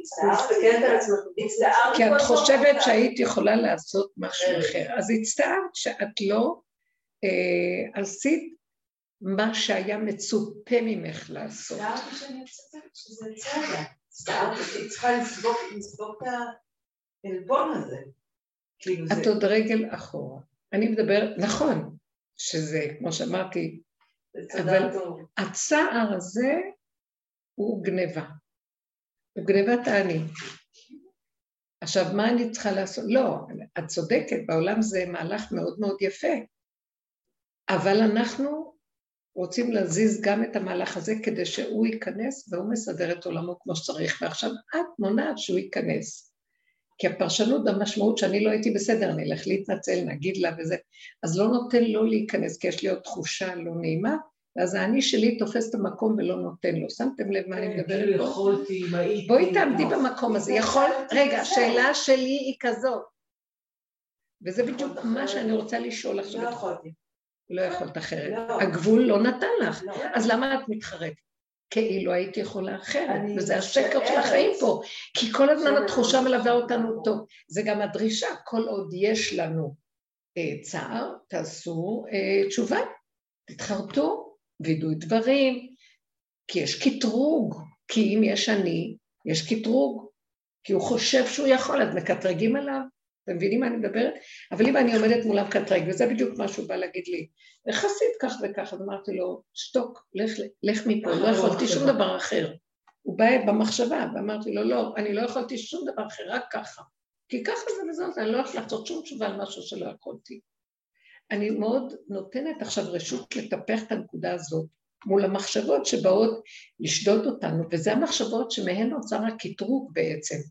כי את חושבת שהיית יכולה לעשות משהו אחר. אז הצטערת שאת לא עשית מה שהיה מצופה ממך לעשות. הצטערתי שאני מצטערת שזה צעדה. הצטערתי שהיא צריכה לסבוק את העלבון הזה. את עוד רגל אחורה. אני מדבר, נכון. שזה, כמו שאמרתי, אבל הצער הזה הוא גניבה. הוא גניבת העני. עכשיו, מה אני צריכה לעשות? לא, את צודקת, בעולם זה מהלך מאוד מאוד יפה, אבל אנחנו רוצים להזיז גם את המהלך הזה כדי שהוא ייכנס, והוא מסדר את עולמו כמו שצריך, ועכשיו את מונעת שהוא ייכנס. כי הפרשנות המשמעות שאני לא הייתי בסדר, אני אלך להתנצל, נגיד לה וזה, אז לא נותן לו להיכנס, כי יש לי עוד תחושה לא נעימה, ואז האני שלי תופס את המקום ולא נותן לו. שמתם לב מה אני מדברת פה? בואי תעמדי במקום הזה. רגע, השאלה שלי היא כזאת, וזה בדיוק מה שאני רוצה לשאול עכשיו. לא יכולתי. לא יכולת אחרת. הגבול לא נתן לך, אז למה את מתחרטת? כאילו הייתי יכולה אחרת, וזה השקר של החיים פה, כי כל הזמן התחושה מלווה אותנו טוב, זה גם הדרישה, כל עוד יש לנו צער, תעשו תשובה, תתחרטו, וידעו דברים, כי יש קטרוג, כי אם יש אני, יש קטרוג, כי הוא חושב שהוא יכול, אז מקטרגים עליו, אתם מבינים מה אני מדברת? אבל אם אני עומדת מולם קטרג, וזה בדיוק מה שהוא בא להגיד לי, איך עשית כך וכך, אז אמרתי לו, שתוק, לך מפה, לא יכולתי שום דבר אחר. הוא בא במחשבה, ואמרתי לו, לא, אני לא יכולתי שום דבר אחר, רק ככה. כי ככה זה וזאת, אני לא יכולה לעשות שום תשובה על משהו שלא יכולתי. אני מאוד נותנת עכשיו רשות לטפח את הנקודה הזאת, מול המחשבות שבאות לשדוד אותנו, וזה המחשבות שמהן נוצר הקטרוג בעצם.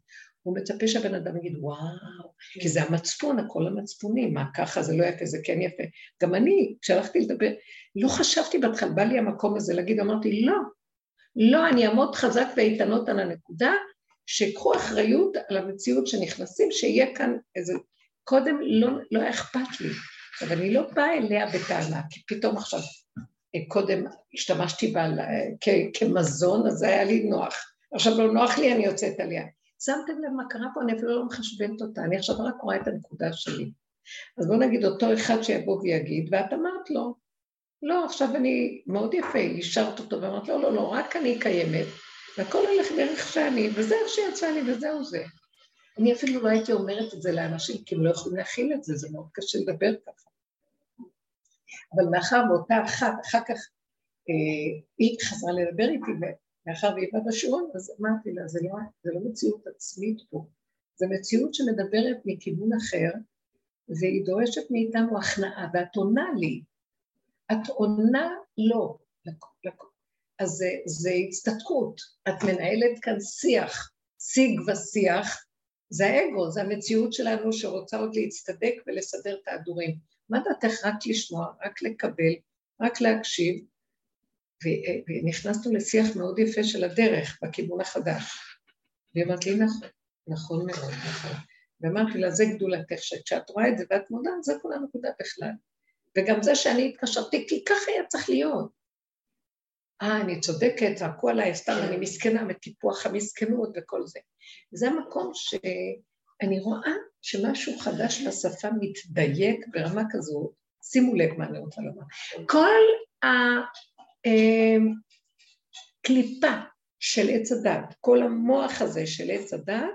הוא מצפה שהבן אדם יגיד, וואו, כי זה המצפון, הכל המצפוני, מה ככה, זה לא יפה, זה כן יפה. גם אני, כשהלכתי לדבר, לא חשבתי בהתחלה, בא לי המקום הזה להגיד, אמרתי, לא, אני אעמוד חזק ואיתנות על הנקודה, שיקחו אחריות על המציאות שנכנסים, שיהיה כאן איזה, קודם לא היה אכפת לי, אבל אני לא באה אליה בטענה, כי פתאום עכשיו, קודם השתמשתי בה כמזון, אז זה היה לי נוח. עכשיו לא נוח לי, אני יוצאת עליה. שמתם לב מה קרה פה, אני אפילו לא מחשבנת אותה, אני עכשיו רק רואה את הנקודה שלי. אז בואו נגיד אותו אחד שיבוא ויגיד, ואת אמרת לו, לא, עכשיו אני מאוד יפה, אישרת אותו, ואמרת לא, רק אני קיימת, והכל הולך דרך שאני, וזה איך שיצא לי, וזהו זה. אני אפילו לא הייתי אומרת את זה לאנשים, כי הם לא יכולים להכיל את זה, זה מאוד קשה לדבר ככה. אבל מאחר מאותה אחר כך, היא חזרה לדבר איתי, מאחר והיא בא בשיעון, אז אמרתי לה, זה לא מציאות עצמית פה, זה מציאות שמדברת מכיוון אחר, והיא דורשת מאיתנו הכנעה, ואת עונה לי, את עונה לא, אז זה הצטדקות, את מנהלת כאן שיג ושיח, זה האגו, זה המציאות שלנו שרוצה עוד להצטדק ולסדר את ההדורים. מה דעתך? רק לשמוע, רק לקבל, רק להקשיב, ונכנסנו לשיח מאוד יפה של הדרך בכיוון החדש. והיא אמרת לי, נכון מאוד, נכון. ואמרתי לה, זה גדולתך, שכשאת רואה את זה ואת מודעת, זה כל הנקודה בכלל. וגם זה שאני התקשרתי, כי ככה היה צריך להיות. אני צודקת, עקו עליי, סתם אני מסכנה, מטיפוח המסכנות וכל זה. זה המקום שאני רואה שמשהו חדש לשפה מתדייק ברמה כזו, שימו לב מה אני רוצה לומר. כל הקליפה של עץ הדת, כל המוח הזה של עץ הדת,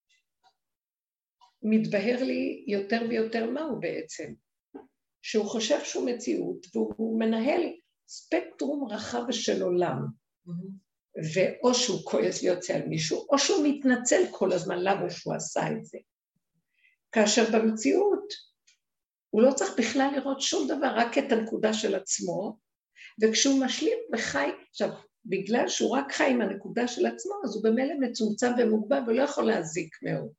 מתבהר לי יותר ויותר מהו בעצם. שהוא חושב שהוא מציאות, והוא מנהל ספקטרום רחב של עולם, ואו שהוא כועס ליוצא על מישהו, או שהוא מתנצל כל הזמן למה שהוא עשה את זה. כאשר במציאות, הוא לא צריך בכלל לראות שום דבר, רק את הנקודה של עצמו, וכשהוא משלים וחי, עכשיו, בגלל שהוא רק חי עם הנקודה של עצמו, אז הוא במילא מצומצם ומוגבל, ולא יכול להזיק מאוד.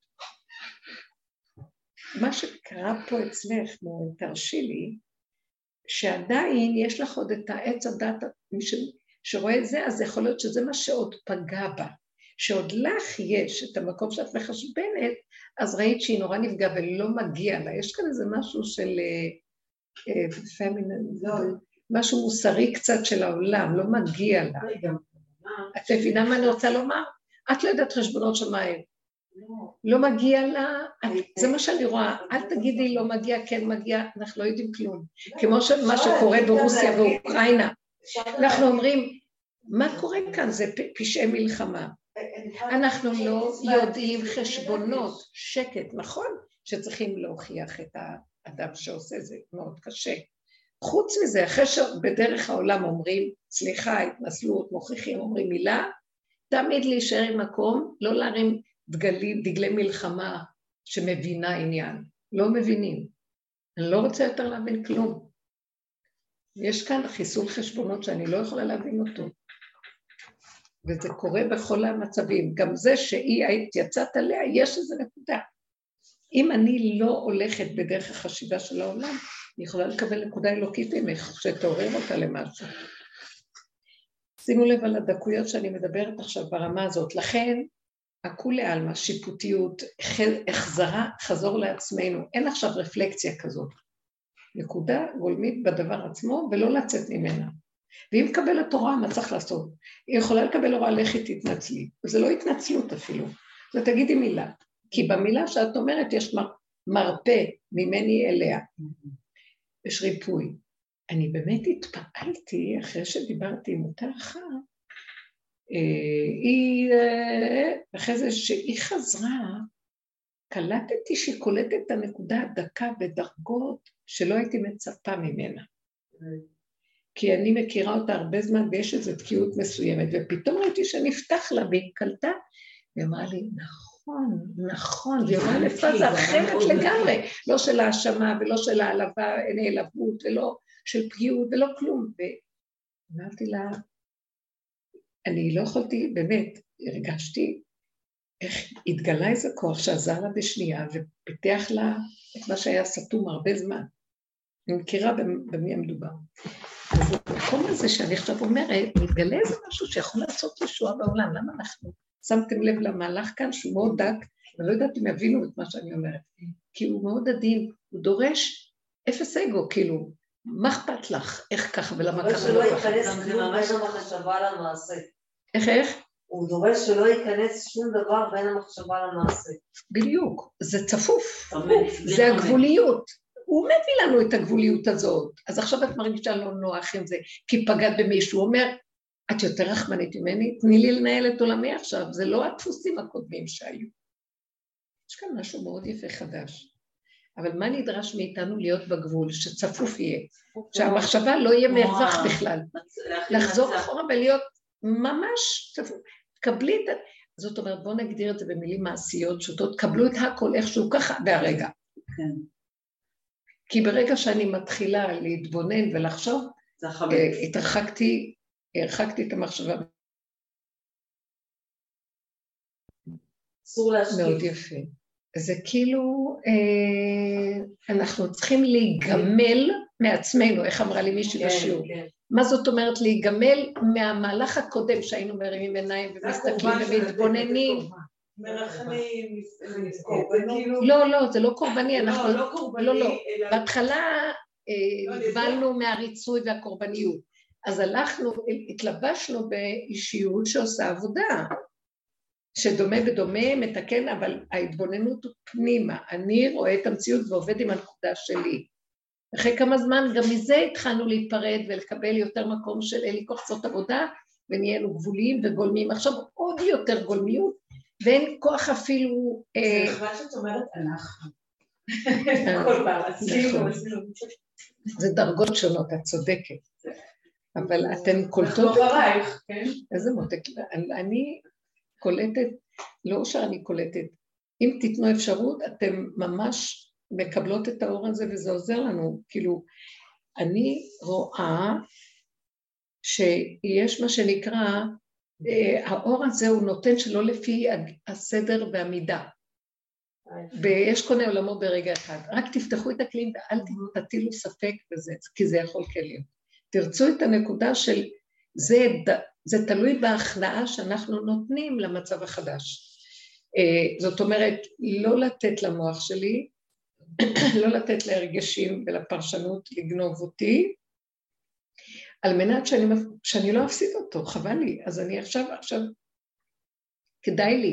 מה שקרה פה אצלך, תרשי לי, שעדיין יש לך עוד את העץ הדת, מי שרואה את זה, אז יכול להיות שזה מה שעוד פגע בה, שעוד לך יש את המקום שאת מחשבנת, אז ראית שהיא נורא נפגע ולא מגיע לה, יש כאן איזה משהו של משהו מוסרי קצת של העולם, לא מגיע לה. את מבינה מה אני רוצה לומר? את לא יודעת חשבונות שמיים. לא מגיע לה, זה מה שאני רואה, אל תגידי לא מגיע, כן מגיע, אנחנו לא יודעים כלום. כמו מה שקורה ברוסיה ואוקראינה. אנחנו אומרים, מה קורה כאן? זה פשעי מלחמה. אנחנו לא יודעים חשבונות, שקט, נכון? שצריכים להוכיח את האדם שעושה זה, מאוד קשה. חוץ מזה, אחרי שבדרך העולם אומרים, סליחה, התנסלות, מוכיחים, אומרים מילה, תמיד להישאר עם מקום, לא להרים דגלי מלחמה שמבינה עניין. לא מבינים. אני לא רוצה יותר להבין כלום. יש כאן חיסול חשבונות שאני לא יכולה להבין אותו. וזה קורה בכל המצבים. גם זה שהיא יצאת עליה, יש איזו נקודה. אם אני לא הולכת בדרך החשיבה של העולם, אני יכולה לקבל נקודה אלוקית ממך, שתעורר אותה למשהו. שימו לב על הדקויות שאני מדברת עכשיו ברמה הזאת. לכן, הכולי עלמא, שיפוטיות, חזור לעצמנו. אין עכשיו רפלקציה כזאת. נקודה גולמית בדבר עצמו, ולא לצאת ממנה. ואם מקבלת הוראה, מה צריך לעשות? היא יכולה לקבל הוראה, לכי תתנצלי. זה לא התנצלות אפילו. זה תגידי מילה. כי במילה שאת אומרת, יש מרפא ממני אליה. יש ריפוי. אני באמת התפעלתי, אחרי שדיברתי עם אותה אחת, אחרי זה שהיא חזרה, קלטתי שהיא קולטת את הנקודה הדקה בדרגות שלא הייתי מצפה ממנה. כי אני מכירה אותה הרבה זמן ויש איזו תקיעות מסוימת, ופתאום ראיתי שנפתח לה והיא קלטה, והיא אמרה לי, נכון, והיא אמרה לפאזה אחרת לגמרי, לא של האשמה ולא של העלבה, נעלבות, ולא של פגיעות ולא כלום. ואמרתי לה, אני לא יכולתי, באמת, הרגשתי איך התגלה איזה כוח שעזר לה בשנייה ופיתח לה את מה שהיה סתום הרבה זמן. אני מכירה במי המדובר. אז המקום הזה שאני עכשיו אומרת, מתגלה איזה משהו שיכול לעשות ישועה בעולם, למה אנחנו? שמתם לב למהלך כאן שהוא מאוד דק, אני לא יודעת אם יבינו את מה שאני אומרת, כי הוא מאוד עדין, הוא דורש אפס אגו, כאילו, מה אכפת לך, איך ככה ולמה ככה? שלא ייכנס כלום בין המחשבה למעשה. איך? הוא דורש שלא ייכנס שום דבר בין המחשבה למעשה. בדיוק, זה צפוף, זה הגבוליות. הוא מביא לנו את הגבוליות הזאת, אז עכשיו את מרגישה לא נוח עם זה, כי פגעת במישהו, הוא אומר, את יותר רחמנית ממני, תני לי לנהל את עולמי עכשיו, זה לא הדפוסים הקודמים שהיו. יש כאן משהו מאוד יפה חדש, אבל מה נדרש מאיתנו להיות בגבול, שצפוף יהיה, שהמחשבה לא יהיה מרווח בכלל, לחזור אחורה ולהיות ממש צפוף, קבלי את, זאת אומרת, בואו נגדיר את זה במילים מעשיות, שוטות, קבלו את הכל איכשהו ככה בהרגע. כן. כי ברגע שאני מתחילה להתבונן ולחשוב, הרחקתי את המחשבה. אסור להשקיף. מאוד יפה. זה כאילו, אנחנו צריכים להיגמל מעצמנו, איך אמרה לי מישהי בשיעור. מה זאת אומרת להיגמל מהמהלך הקודם שהיינו מרימים עיניים ומסתכלים ומתבוננים? מרחמים, לא, זה לא קורבני, אנחנו... לא. בהתחלה הגבלנו מהריצוי והקורבניות, אז הלכנו, התלבשנו באישיות שעושה עבודה, שדומה בדומה, מתקן, אבל ההתבוננות הוא פנימה, אני רואה את המציאות ועובד עם הנקודה שלי. אחרי כמה זמן גם מזה התחלנו להתפרד ולקבל יותר מקום של אין לי כוח לעשות עבודה, ונהיינו גבוליים וגולמיים, עכשיו עוד יותר גולמיות, ואין כוח אפילו... זה נחמד שאת אומרת אנחנו. כל פעם, עשינו. זה דרגות שונות, את צודקת. אבל אתן קולטות... אנחנו אחרייך, כן? איזה מותק. אני קולטת, לא שאני קולטת, אם תיתנו אפשרות, אתם ממש מקבלות את האור הזה, וזה עוזר לנו. כאילו, אני רואה שיש מה שנקרא, האור הזה הוא נותן שלא לפי הסדר והמידה. ויש קונה עולמו ברגע אחד. רק תפתחו את הכלים ואל תטילו ספק בזה, כי זה יכול כלים. תרצו את הנקודה של, זה תלוי בהכנעה שאנחנו נותנים למצב החדש. זאת אומרת, לא לתת למוח שלי, לא לתת להרגשים ולפרשנות לגנוב אותי, על מנת שאני לא אפסיד אותו, חבל לי. אז אני עכשיו, כדאי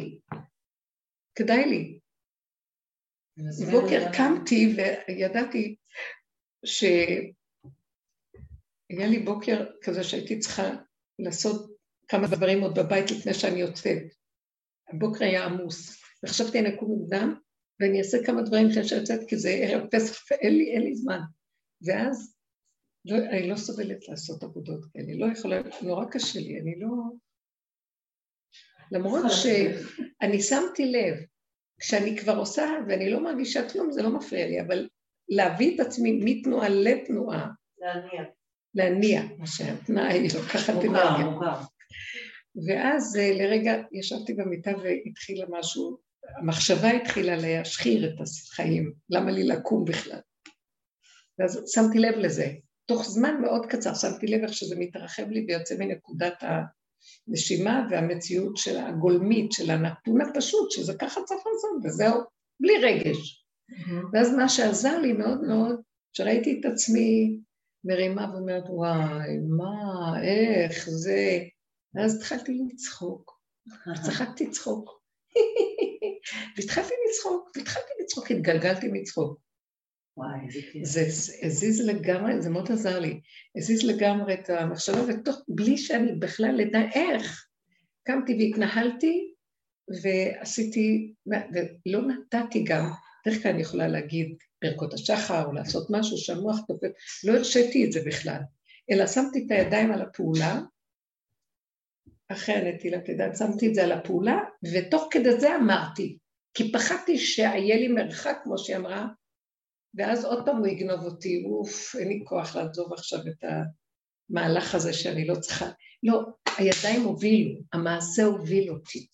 לי. בבוקר קמתי וידעתי שהיה לי בוקר כזה שהייתי צריכה לעשות כמה דברים עוד בבית לפני שאני יוצאת. הבוקר היה עמוס, וחשבתי אני אקום מוקדם, ואני אעשה כמה דברים לפני שאני יוצאת, כי זה ערב פסח ואין לי זמן. ואז אני לא סובלת לעשות עבודות כאלה, לא יכולה, נורא קשה לי, אני לא... למרות שאני שמתי לב, כשאני כבר עושה ואני לא מרגישה כלום, זה לא מפריע לי, אבל להביא את עצמי מתנועה לתנועה. להניע, מה שהתנועה היא לוקחת אנרגיה. ואז לרגע ישבתי במיטה והתחילה משהו, המחשבה התחילה להשחיר את החיים, למה לי לקום בכלל? ואז שמתי לב לזה. תוך זמן מאוד קצר שמתי לב איך שזה מתרחב לי ויוצא מנקודת הנשימה והמציאות של הגולמית, של הנתון הפשוט, שזה ככה צריך לעשות, וזהו, בלי רגש. ואז מה שעזר לי מאוד מאוד, שראיתי את עצמי מרימה ואומרת, וואי, מה, איך, זה... ואז התחלתי לצחוק, וצחקתי צחוק. והתחלתי לצחוק, התגלגלתי מצחוק. זה הזיז לגמרי, זה מאוד עזר לי, הזיז לגמרי את המחשבה, בלי שאני בכלל לדע איך. קמתי והתנהלתי, ועשיתי, ולא נתתי גם, דרך כלל אני יכולה להגיד ברכות השחר, או לעשות משהו שהמוח תופף, לא הרשיתי את זה בכלל, אלא שמתי את הידיים על הפעולה, אחרי הנטילת ידיים, שמתי את זה על הפעולה, ותוך כדי זה אמרתי, כי פחדתי שהיה לי מרחק, כמו שהיא אמרה, ואז עוד פעם הוא יגנוב אותי, אין לי כוח לעזוב עכשיו את המהלך הזה שאני לא צריכה, לא, הידיים הובילו, המעשה הוביל אותי,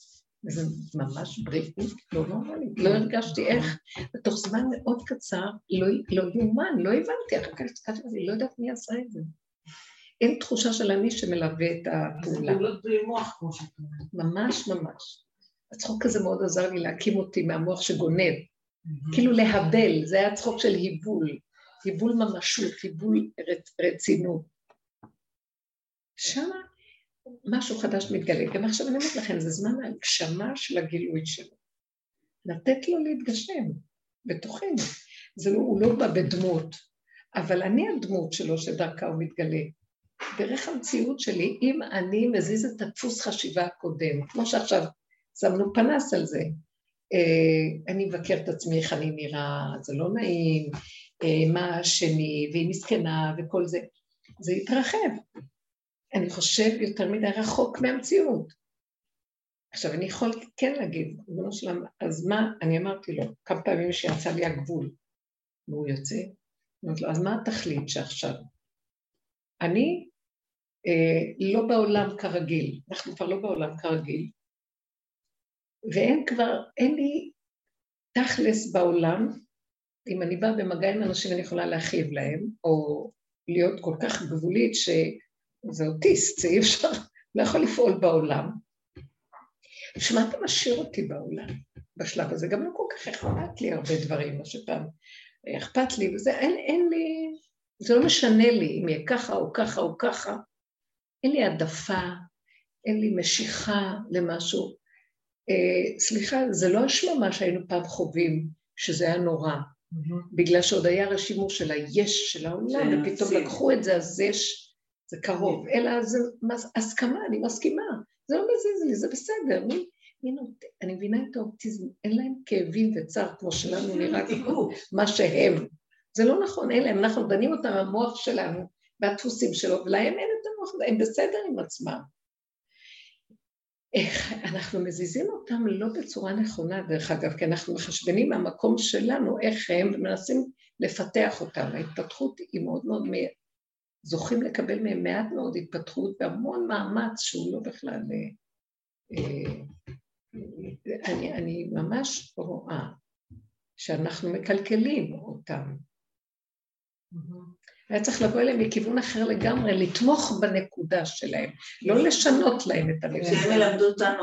וזה ממש בריאות, לא נורמלית, לא הרגשתי איך, בתוך זמן מאוד קצר, לא יאומן, לא הבנתי, אחר כך הסתכלתי לזה, לא יודעת מי עשה את זה. אין תחושה של אני שמלווה את הפעולה. זה פעולות בלי מוח, כמו שאתה אומרת. ממש ממש. הצחוק הזה מאוד עזר לי להקים אותי מהמוח שגונב, כאילו להבל, זה היה צחוק של היבול, היבול ממשות, היבול רצינות. שמה משהו חדש מתגלה, גם עכשיו אני אומרת לכם, זה זמן ההגשמה של הגילוי שלו. לתת לו להתגשם בתוכנו. הוא לא בא בדמות, אבל אני הדמות שלו שדרכה הוא מתגלה. דרך המציאות שלי, אם אני מזיז את הדפוס חשיבה הקודם, כמו שעכשיו שמנו פנס על זה, אני מבקר את עצמי איך אני נראה, זה לא נעים, מה השני, והיא מסכנה וכל זה, זה יתרחב. אני חושב יותר מדי רחוק מהמציאות. עכשיו, אני יכול כן להגיד, אז מה, אני אמרתי לו, כמה פעמים שיצא לי הגבול, והוא יוצא, אמרתי לו, אז מה התכלית שעכשיו? אני לא בעולם כרגיל, אנחנו כבר לא בעולם כרגיל, אין לי תכלס בעולם, אם אני באה במגע עם אנשים אני יכולה להכאיב להם, או להיות כל כך גבולית שזה אוטיסט, זה אי אפשר, לא יכול לפעול בעולם. שמה אתה משאיר אותי בעולם בשלב הזה? גם לא כל כך אכפת לי הרבה דברים, מה שפעם אכפת לי, וזה אין לי, זה לא משנה לי אם יהיה ככה או ככה או ככה, אין לי עדפה, אין לי משיכה למשהו. סליחה, זה לא השממה שהיינו פעם חווים, שזה היה נורא, בגלל שעוד היה רשימו של היש של העולם, ופתאום לקחו את זה, אז זה קרוב, אלא זה הסכמה, אני מסכימה, זה לא מזיז לי, זה בסדר, אני מבינה את האופטיזם, אין להם כאבים וצער כמו שלנו נראה כמו מה שהם, זה לא נכון, אין להם, אנחנו דנים אותם המוח שלנו, והדפוסים שלו, ולהם אין את המוח, הם בסדר עם עצמם. אנחנו מזיזים אותם לא בצורה נכונה, דרך אגב, כי אנחנו מחשבנים מהמקום שלנו, איך הם, ומנסים לפתח אותם. ההתפתחות היא מאוד מאוד, זוכים לקבל מהם מעט מאוד התפתחות, והמון מאמץ שהוא לא בכלל, אני ממש רואה שאנחנו מקלקלים אותם. היה צריך לבוא אליהם מכיוון אחר לגמרי, לתמוך בנקודה שלהם, לא לשנות להם את הנקודה. שהם ילמדו אותנו.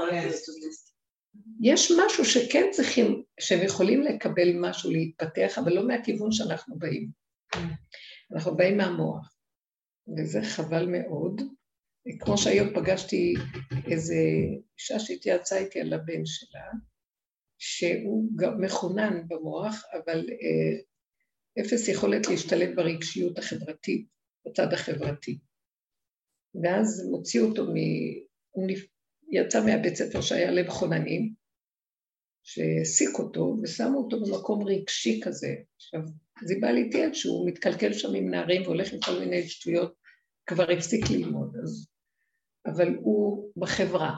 יש משהו שכן צריכים, שהם יכולים לקבל משהו להתפתח, אבל לא מהכיוון שאנחנו באים. אנחנו באים מהמוח, וזה חבל מאוד. כמו שהיום פגשתי איזו אישה שהתייעצה איתי על הבן שלה, שהוא גם מכונן במוח, אבל אפס יכולת להשתלב ברגשיות החברתית, בצד החברתי. ואז מוציאו אותו, הוא יצא מהבית ספר שהיה למכוננים, שהסיק אותו ושמו אותו במקום רגשי כזה. עכשיו, זה בא לי תיעד שהוא מתקלקל שם עם נערים והולך עם כל מיני שטויות, כבר הפסיק ללמוד, אבל הוא בחברה.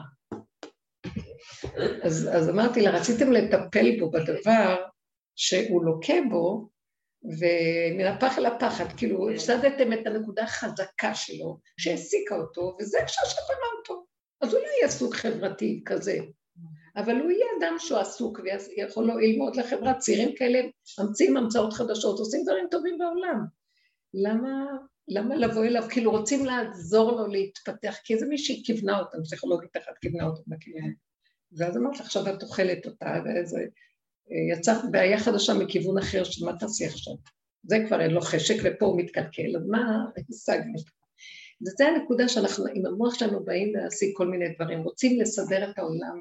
אז אמרתי לה, רציתם לטפל בו בדבר שהוא לוקה בו, ומן הפח אל הפחד, כאילו הפסדתם את הנקודה החזקה שלו, שהסיקה אותו, וזה ששפנה אותו. אז הוא לא יהיה סוג חברתי כזה, אבל הוא יהיה אדם שהוא עסוק, ויכול לו ללמוד לחברה, צעירים כאלה, ממציאים המצאות חדשות, עושים דברים טובים בעולם. למה לבוא אליו? כאילו רוצים לעזור לו להתפתח, כי זה מישהי כיוונה אותם, פסיכולוגית אחת כיוונה אותם בכיוון. ואז אמרת, עכשיו את אוכלת אותה, וזה יצא בעיה חדשה מכיוון אחר, שמה תעשי עכשיו? זה כבר אין לו חשק, ופה הוא מתקלקל, אז מה השגנו? וזה הנקודה שאנחנו, עם המוח שלנו באים להשיג כל מיני דברים, רוצים לסדר את העולם,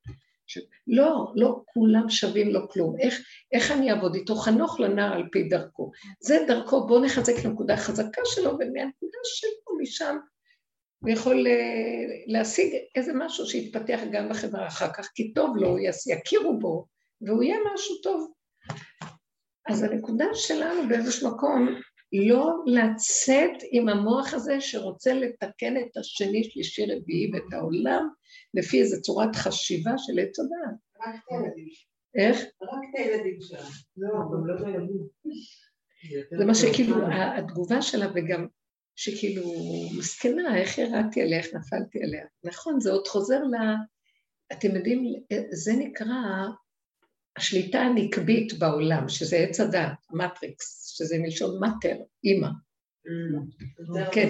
לא כולם שווים לו כלום, איך אני אעבוד איתו? חנוך לנער על פי דרכו, זה דרכו, בוא נחזק נקודה חזקה שלו, ומהנקודה שלו משם, הוא יכול להשיג איזה משהו שיתפתח גם בחברה אחר כך, כי טוב לו, יכירו בו, והוא יהיה משהו טוב. אז הנקודה שלנו באיזשהו מקום, לא לצאת עם המוח הזה שרוצה לתקן את השני, שלישי, רביעי ואת העולם, לפי איזו צורת חשיבה של עץ הדעת. רק את הילדים. איך? רק את הילדים שלנו. לא, גם לא בילדים. זה מה שכאילו, התגובה שלה וגם שכאילו מסכנה, איך ירדתי עליה, איך נפלתי עליה. נכון, זה עוד חוזר אתם יודעים, זה נקרא השליטה הנקבית בעולם, שזה עץ הדת, המטריקס, שזה מלשון מטר, אימא. כן.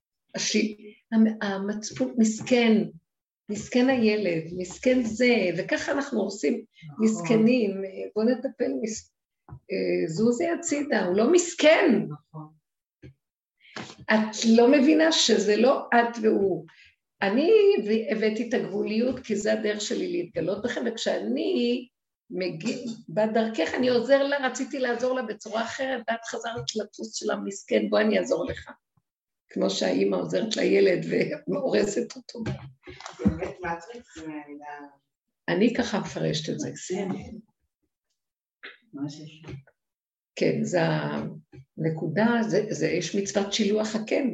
המצפון, מסכן הילד, מסכן זה, וככה אנחנו עושים מסכנים, בואו נטפל, זוזי הצידה, הוא לא מסכן. את לא מבינה שזה לא את והוא. אני הבאתי את הגבוליות, כי זה הדרך שלי להתגלות בכם, וכשאני בדרכך אני עוזר לה, רציתי לעזור לה בצורה אחרת, ואת חזרת לדפוס של המסכן, בוא אני אעזור לך. כמו שהאימא עוזרת לילד ומאורסת אותו. באמת מטריקס זה מהמילה... אני ככה מפרשת את זה. כן, זה הנקודה, יש מצוות שילוח הקן.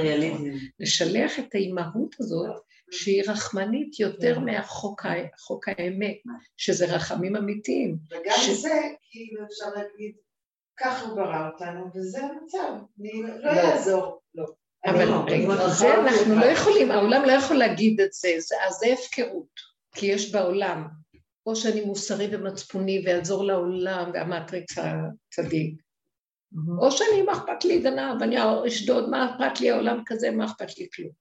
לשלח את האימהות הזאת, שהיא רחמנית יותר מהחוק האמת, שזה רחמים אמיתיים. וגם זה, כאילו אפשר להגיד, ככה הוא ברא אותנו, וזה המצב, לא יעזור, לא. אבל זה אנחנו לא יכולים, העולם לא יכול להגיד את זה, אז זה הפקרות, כי יש בעולם, או שאני מוסרי ומצפוני ויעזור לעולם, והמטריקס הצדיק, או שאני מה אכפת לי גנב, ואני אשדוד, מה אכפת לי העולם כזה, מה אכפת לי כלום.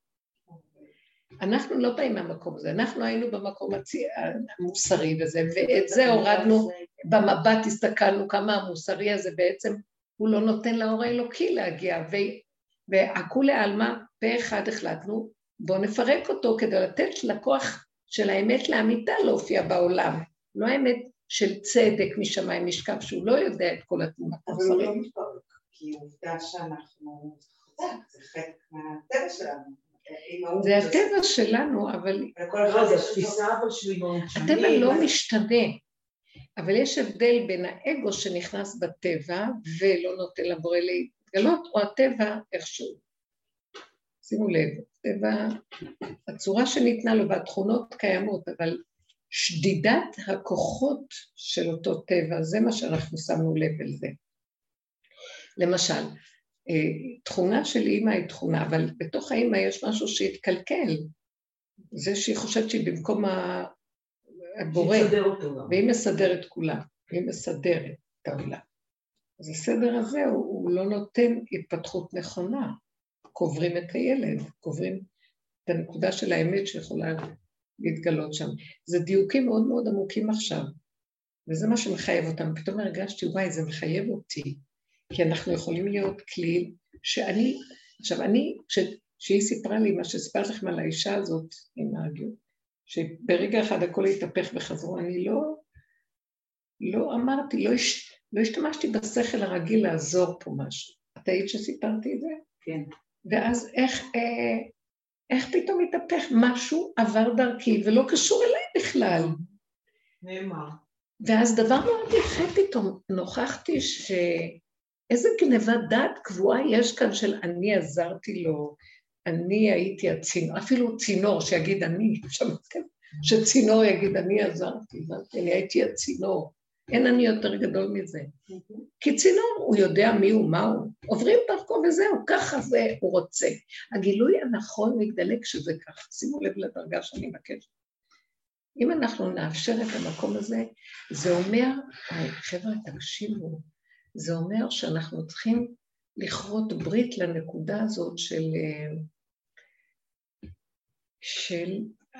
אנחנו לא באים מהמקום הזה, אנחנו היינו במקום המוסרי וזה, ואת זה הורדנו, במבט הסתכלנו כמה המוסרי הזה בעצם, הוא לא נותן לאור האלוקי להגיע, והכולי עלמא, פה אחד החלטנו, בואו נפרק אותו כדי לתת לכוח של האמת לאמיתה להופיע בעולם, לא האמת של צדק משמיים משכב, שהוא לא יודע את כל התמונה. אבל הוא לא מתפרק, כי עובדה שאנחנו חזק, זה חלק מהטבע שלנו. זה הטבע שלנו, אבל... זה תפיסה בשביל... הטבע לא משתנה, אבל יש הבדל בין האגו שנכנס בטבע ולא נותן לבורא להתגלות, או הטבע איכשהו. שימו לב, הטבע, הצורה שניתנה לו והתכונות קיימות, אבל שדידת הכוחות של אותו טבע, זה מה שאנחנו שמנו לב על זה. למשל, תכונה של אימא היא תכונה, אבל בתוך האימא יש משהו שהתקלקל. זה שהיא חושבת שהיא במקום הבורא, והיא מסדרת כולה, והיא מסדרת את העולם. אז הסדר הזה הוא לא נותן התפתחות נכונה. קוברים את הילד, קוברים את הנקודה של האמת שיכולה להתגלות שם. זה דיוקים מאוד מאוד עמוקים עכשיו, וזה מה שמחייב אותם. פתאום הרגשתי, וואי, זה מחייב אותי, כי אנחנו יכולים להיות כלי שאני, עכשיו שהיא סיפרה לי מה שסיפרת לכם על האישה הזאת, עם הגיור, שברגע אחד הכל התהפך וחזרו, אני לא אמרתי, לא השתמשתי בשכל הרגיל לעזור פה משהו. את היית שסיפרתי את זה? כן. ואז איך פתאום התהפך משהו עבר דרכי, ולא קשור אליי בכלל. נאמר. ואז דבר מאוד יפה פתאום, נוכחתי איזה גנבת דעת קבועה יש כאן של אני עזרתי לו, אני הייתי הצינור, אפילו צינור שיגיד אני, שמעתם? שצינור יגיד אני עזרתי, אני הייתי הצינור, אין אני יותר גדול מזה. כי צינור הוא יודע מי הוא, מה הוא, עוברים דרכו וזהו, ככה זה הוא רוצה. הגילוי הנכון מתגלה כשזה ככה, שימו לב לדרגה שאני מבקשת. אם אנחנו נאפשר את המקום הזה, זה אומר, חבר'ה תקשיבו, זה אומר שאנחנו צריכים לכרות ברית לנקודה הזאת של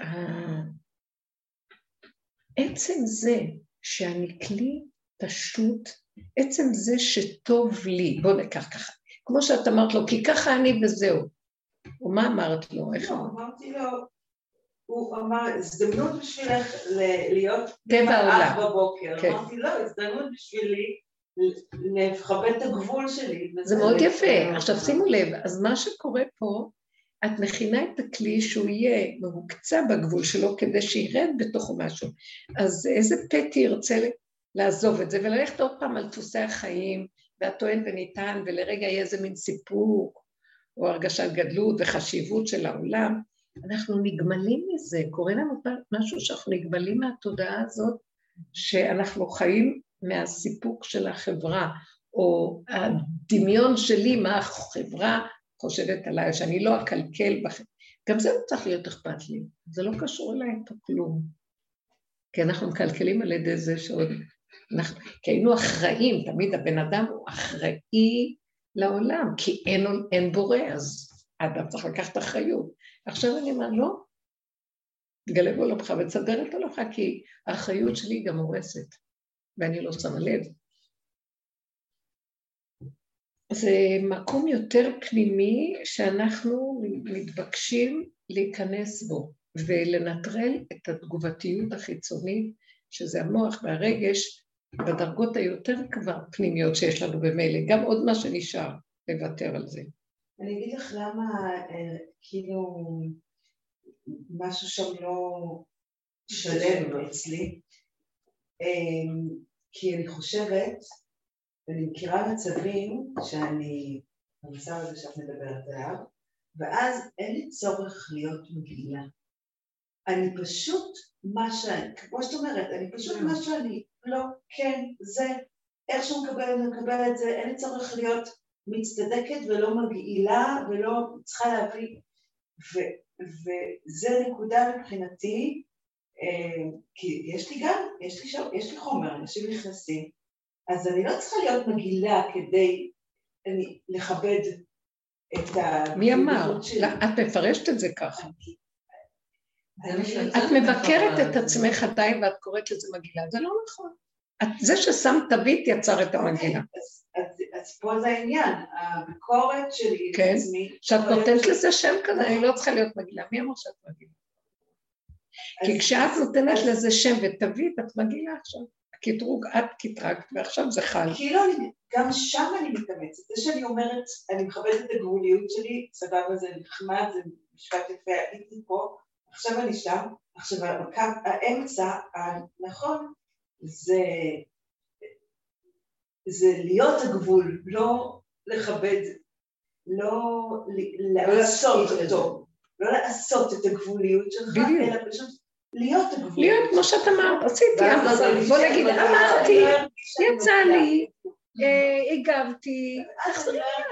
עצם זה שאני כלי פשוט, עצם זה שטוב לי, בוא נקח ככה, כמו שאת אמרת לו, כי ככה אני וזהו. ומה אמרת לו? איך אמרת? אמרתי לו, הוא אמר, הזדמנות בשבילך להיות טבע העולם בבוקר. אמרתי לו, הזדמנות בשבילי לכבד את הגבול שלי. זה מאוד יפה. עכשיו שימו לב, אז מה שקורה פה, את מכינה את הכלי שהוא יהיה מהוקצה בגבול שלו כדי שירד בתוכו משהו. אז איזה פתי ירצה לעזוב את זה וללכת עוד פעם על דפוסי החיים והטוען וניתן ולרגע יהיה איזה מין סיפוק או הרגשת גדלות וחשיבות של העולם. אנחנו נגמלים מזה, קורה לנו משהו שאנחנו נגמלים מהתודעה הזאת שאנחנו חיים מהסיפוק של החברה או הדמיון שלי מה החברה חושבת עליי, שאני לא אקלקל בכם. גם זה לא צריך להיות אכפת לי, זה לא קשור אליי פה כלום. כי אנחנו מקלקלים על ידי זה שעוד... כי היינו אחראים, תמיד הבן אדם הוא אחראי לעולם, כי אין בורא, אז האדם צריך לקחת אחריות. עכשיו אני אומר, לא, תגלה בעולמך ותסדר את עולמך, כי האחריות שלי גם הורסת, ואני לא שמה לב. זה מקום יותר פנימי שאנחנו מתבקשים להיכנס בו, ולנטרל את התגובתיות החיצונית, שזה המוח והרגש, בדרגות היותר כבר פנימיות שיש לנו במילא, גם עוד מה שנשאר לוותר על זה. אני אגיד לך למה, כאילו, משהו שם לא שלם אצלי, כי אני חושבת, אני מכירה מצבים שאני, במצב הזה שאת מדברת עליו, ואז אין לי צורך להיות מגעילה. אני פשוט מה שאני, כמו שאת אומרת, אני פשוט מה שאני, לא, כן, זה, איך שהוא מקבל את זה, אין לי צורך להיות מצטדקת ולא מגעילה ולא צריכה להביא, וזה נקודה מבחינתי, כי יש לי חומר, אנשים נכנסים, אז אני לא צריכה להיות מגעילה כדי לכבד את ה... מי אמר? את מפרשת את זה ככה. את מבקרת את עצמך עדיין ואת קוראת לזה מגעילה, זה לא נכון. זה ששמת תווית יצר את המגעילה. אז פה זה העניין, הביקורת שלי כן, שאת נותנת לזה שם כזה, אני לא צריכה להיות מגעילה. מי אמר שאת מגעילה? כי כשאת נותנת לזה שם ותווית, את מגעילה עכשיו. הקטרוג, את קטרגת, ועכשיו זה חל. כאילו, גם שם אני מתאמצת. זה שאני אומרת, אני מכבדת את הגבוליות שלי, סבבה, זה נחמד, זה משפט יפה, הייתי פה, עכשיו אני שם, עכשיו האמצע, נכון, זה להיות הגבול, לא לכבד, לא לעשות אותו, לא לעשות את הגבוליות שלך, אלא פשוט להיות הגבוליות. להיות, כמו שאת אמרת, עשיתי, בוא נגיד, אמרתי, יצא לי, הגבתי, אז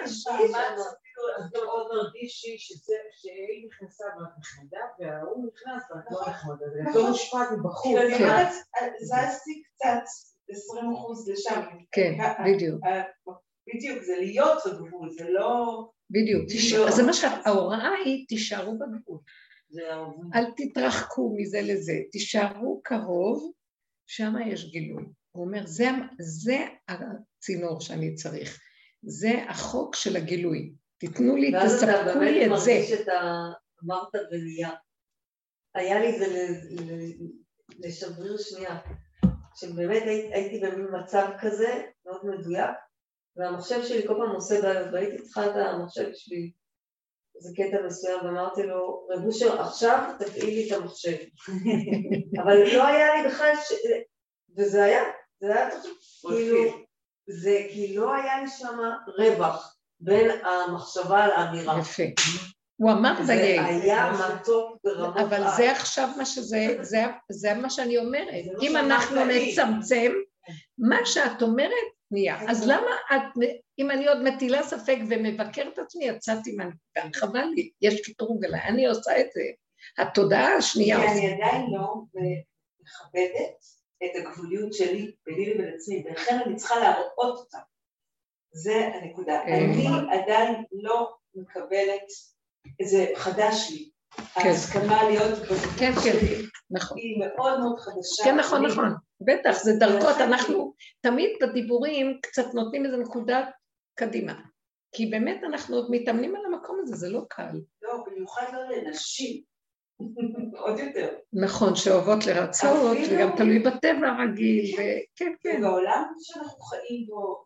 מאוד מרגישי שהיא נכנסה ואת נחמדה, והוא נכנס ואת לא נחמדה, זה לא משפט מבחוץ. אני אומרת, זזתי קצת 20% לשם. כן, בדיוק. בדיוק, זה להיות בגבול, זה לא... בדיוק, אז זה מה שההוראה היא, תישארו בגבול. אל תתרחקו מזה לזה, תישארו קרוב, שם יש גילוי. הוא אומר, זה הצינור שאני צריך, זה החוק של הגילוי. תתנו לי, תספקו לי את זה. ואז אתה באמת מרגיש שאתה אמרת בנייה. היה לי זה לשבריר שנייה, שבאמת הייתי במצב כזה, מאוד מדויק, והמחשב שלי כל פעם עושה בעיות, והייתי צריכה את המחשב שלי, זה קטע מסוים, ואמרתי לו, רב אושר, עכשיו תפעילי את המחשב. אבל לא היה לי בכלל, וזה היה כאילו, זה כי לא היה לי שם רווח בין המחשבה לאמירה. יפה. הוא אמר זה היה מתוק ברמות. אבל זה עכשיו מה שזה, זה מה שאני אומרת. אם אנחנו נצמצם, מה שאת אומרת נהיה. אז למה את, אם אני עוד מטילה ספק ומבקר את עצמי, יצאתי מהנקודה, חבל לי, יש קטרוג עליי, אני עושה את זה. התודעה השנייה עושה. אני עדיין לא מכבדת את הגבוליות שלי ביני לבין עצמי, ולכן אני צריכה להראות אותה. זה הנקודה. אני עדיין לא מקבלת, זה חדש לי. ההסכמה להיות כן, כן, נכון. היא מאוד מאוד חדשה. כן, נכון, נכון. בטח, זה דרכות, אנחנו תמיד בדיבורים קצת נותנים איזו נקודה קדימה. כי באמת אנחנו עוד מתאמנים על המקום הזה, זה לא קל. לא, במיוחד לא לנשים. עוד יותר. נכון, שאוהבות לרצות, וגם תלוי בטבע הרגיל, וכן, כן. ובעולם שאנחנו חיים בו...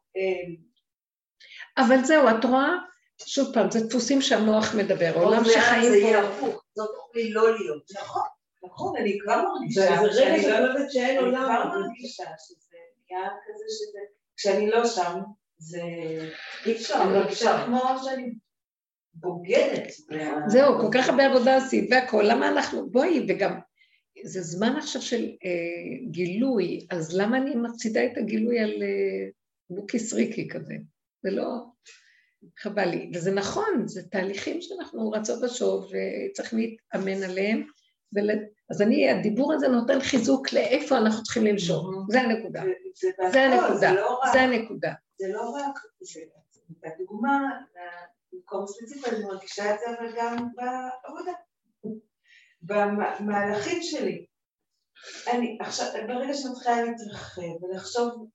אבל זהו, את רואה, שוב פעם, זה דפוסים שהמוח מדבר, עולם שחיים פה... זה יהיה הפוך, זאת תוכלי לא להיות. נכון, אני כבר מרגישה. זה רגע שאני לא יודעת שאין עולם. אני כבר מרגישה שזה נהיה כזה שזה... כשאני לא שם, זה... אי אפשר, אני מרגישה כמו שאני... בוגדת. זהו, כל כך הרבה עבודה עשית, והכל, למה אנחנו, בואי, וגם, זה זמן עכשיו של גילוי, אז למה אני מפסידה את הגילוי על בוקיס ריקי כזה? זה לא, חבל לי, וזה נכון, זה תהליכים שאנחנו רצות לשוב, וצריך להתאמן עליהם, אז הדיבור הזה נותן חיזוק לאיפה אנחנו צריכים למשוך. זה הנקודה. זה הנקודה. זה הנקודה. זה לא רק, זה דוגמה למקום ספציפי, אני מרגישה את זה, אבל גם בעבודה. במהלכים שלי. אני עכשיו, ברגע שמתחילה להתרחב ולחשוב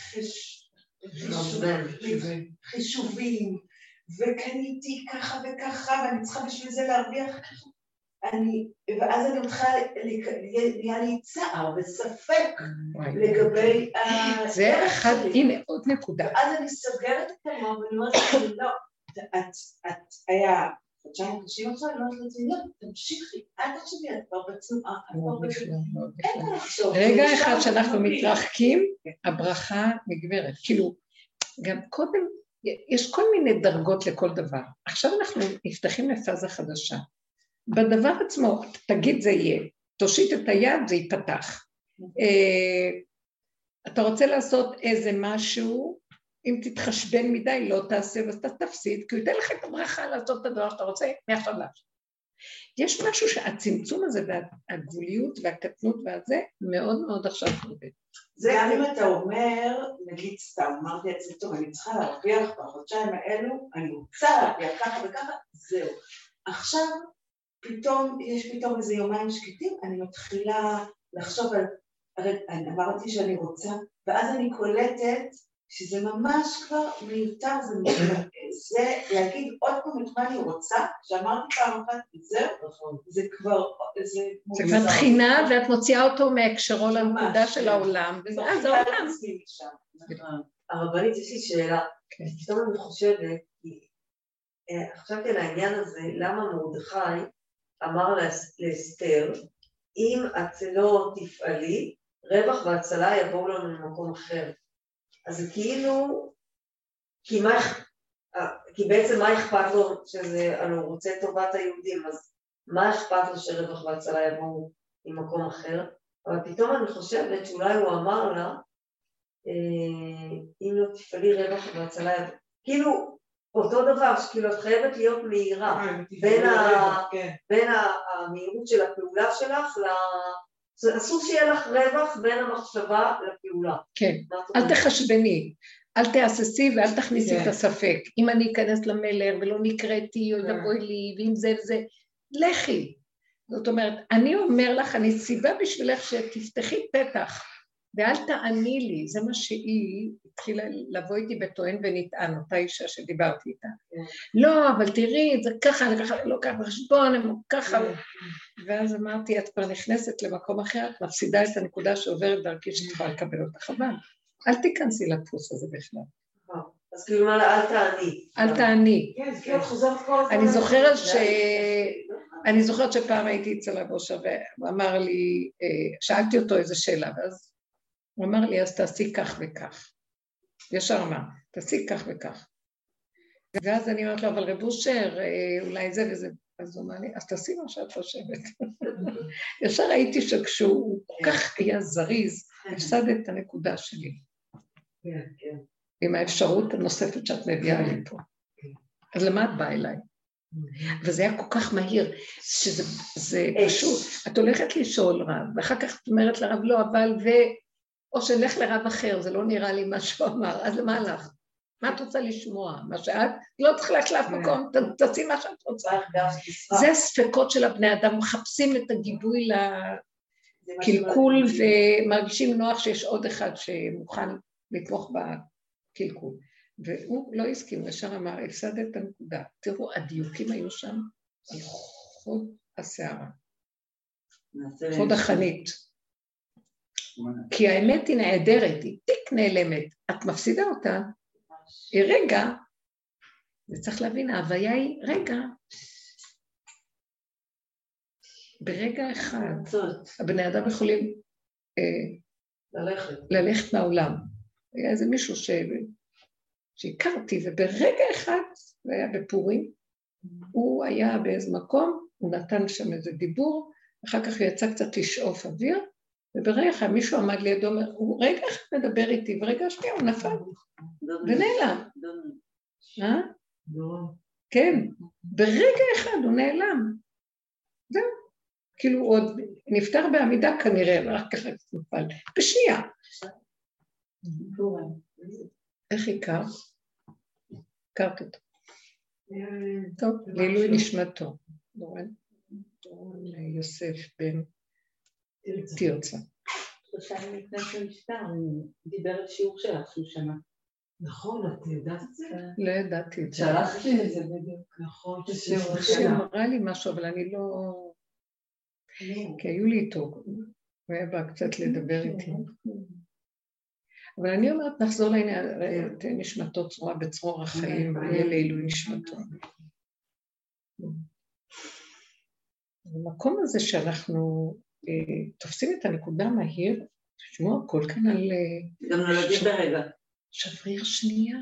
חישובים, וקניתי ככה וככה, ואני צריכה בשביל זה להרוויח ככה, ואז אני מתחילה נהיה לי צער וספק לגבי זה אחד, הנה עוד נקודה. ואז אני סוגרת את המוח ואני אומרת לי, לא, את היה חודשיים קשים עכשיו, אני אומרת לי, לא, תמשיכי, אל תחשבי, את כבר בצנועה, אין מה לחשוב. רגע אחד שאנחנו מתרחקים, הברכה נגמרת, כאילו, גם קודם, יש כל מיני דרגות לכל דבר. עכשיו אנחנו נפתחים לפאזה חדשה. בדבר עצמו, תגיד זה יהיה, תושיט את היד, זה ייפתח. אתה רוצה לעשות איזה משהו, אם תתחשבן מדי, לא תעשה, אז אתה תפסיד, כי הוא ייתן לך את הברכה לעשות את הדבר שאתה רוצה, מעכשיו לעכשיו. יש משהו שהצמצום הזה, והגבוליות והקטנות והזה, מאוד מאוד עכשיו עובד. זה גם אם אתה אומר, נגיד סתם, אמרתי את זה טוב, אני צריכה להרוויח בחודשיים האלו, אני רוצה להרוויח ככה וככה, זהו. עכשיו, יש פתאום איזה יומיים שקטים, אני מתחילה לחשוב על, אני אמרתי שאני רוצה, ואז אני קולטת שזה ממש כבר מיותר, זה להגיד עוד פעם את מה אני רוצה, שאמרתי פעם אחת, זה כבר, זה כבר בחינה, ואת מוציאה אותו מהקשרו לנקודה של העולם, וזה העולם. הרבנית, יש לי שאלה, פתאום אני חושבת, חשבתי על העניין הזה, למה מרדכי אמר לאסתר, אם את לא תפעלי, רווח והצלה יבואו לנו ממקום אחר. אז זה כאילו, כי בעצם מה אכפת לו שזה, אני רוצה טובת היהודים, אז מה אכפת לו שרווח והצלה יבואו ממקום אחר? אבל פתאום אני חושבת שאולי הוא אמר לה, אם לא תפעלי רווח והצלה יבואו, כאילו, אותו דבר, שכאילו את חייבת להיות מהירה בין המהירות של הפעולה שלך, אסור שיהיה לך רווח בין המחשבה לפעולה. כן, אל תחשבני, אל תאססי ואל תכניסי את הספק. אם אני אכנס למלך ולא נקראתי, או יבואי לי, ואם זה וזה, לכי. זאת אומרת, אני אומר לך, אני סיבה בשבילך שתפתחי פתח, ואל תעני לי, זה מה שהיא התחילה לבוא איתי בטוען ונטען, אותה אישה שדיברתי איתה. לא, אבל תראי, זה ככה, לא ככה בחשבון, ככה. ואז אמרתי, את כבר נכנסת למקום אחר, את מפסידה את הנקודה שעוברת דרכי שתוכל לקבל אותה חבל. אל תיכנסי לדפוס הזה בכלל. אז כאילו מה, אל תעני. אל תעני. אני זוכרת שפעם הייתי אצל הבושר, והוא אמר לי, שאלתי אותו איזו שאלה, ואז הוא אמר לי, אז תעשי כך וכך. ישר אמר, תעשי כך וכך. ואז אני אומרת לו, אבל רב אושר, אולי זה וזה. אז הוא אמר לי, אז תעשי מה שאת חושבת. ישר ראיתי שכשהוא כל כך היה זריז, הפסדת את הנקודה שלי. עם האפשרות הנוספת שאת מביאה לי פה. אז למה את באה אליי? וזה היה כל כך מהיר, שזה פשוט. את הולכת לשאול רב, ואחר כך את אומרת לרב לא, אבל או שלך לרב אחר, זה לא נראה לי מה שהוא אמר, אז למה לך? מה את רוצה לשמוע? מה שאת לא צריך ללכת לאף מקום, תעשי מה שאת רוצה. זה הספקות של הבני אדם, מחפשים את הגיבוי לקלקול, ומרגישים נוח שיש עוד אחד שמוכן לתמוך בקלקול. והוא לא הסכים, ישר אמר, הפסדת את הנקודה. תראו, הדיוקים היו שם על חוד השערה, חוד החנית. כי האמת היא נעדרת, היא תיק נעלמת, את מפסידה אותה, היא רגע, וצריך להבין, ההוויה היא רגע, ברגע אחד, הבני אדם יכולים ללכת מהעולם. היה איזה מישהו שהכרתי, וברגע אחד, זה היה בפורים, הוא היה באיזה מקום, הוא נתן שם איזה דיבור, אחר כך הוא יצא קצת לשאוף אוויר, וברגע אחד מישהו עמד לידו, הוא רגע אחד מדבר איתי, ורגע שנייה הוא נפל, ונעלם. כן, ברגע אחד הוא נעלם. זהו. כאילו הוא עוד נפטר בעמידה כנראה, ורק ככה נפל. בשנייה. איך הכרת? הכרת אותו. טוב, לעילוי נשמתו. יוסף בן תרצה. עכשיו לפני שנפטר, הוא דיבר על שיעור שלך שהוא שמע. נכון, את יודעת את זה? לא ידעתי את זה. שלחתי את זה בדיוק. נכון, שאמרה לי משהו, אבל אני לא... כי היו לי איתו, הוא היה בא קצת לדבר איתי. אבל אני אומרת, נחזור לעניין, תהיה נשמתו צרורה בצרור החיים, יהיה לעילוי נשמתו. במקום הזה שאנחנו תופסים את הנקודה מהיר, תשמעו, הכל כאן על... גם נולדים ברגע. שבריר שנייה.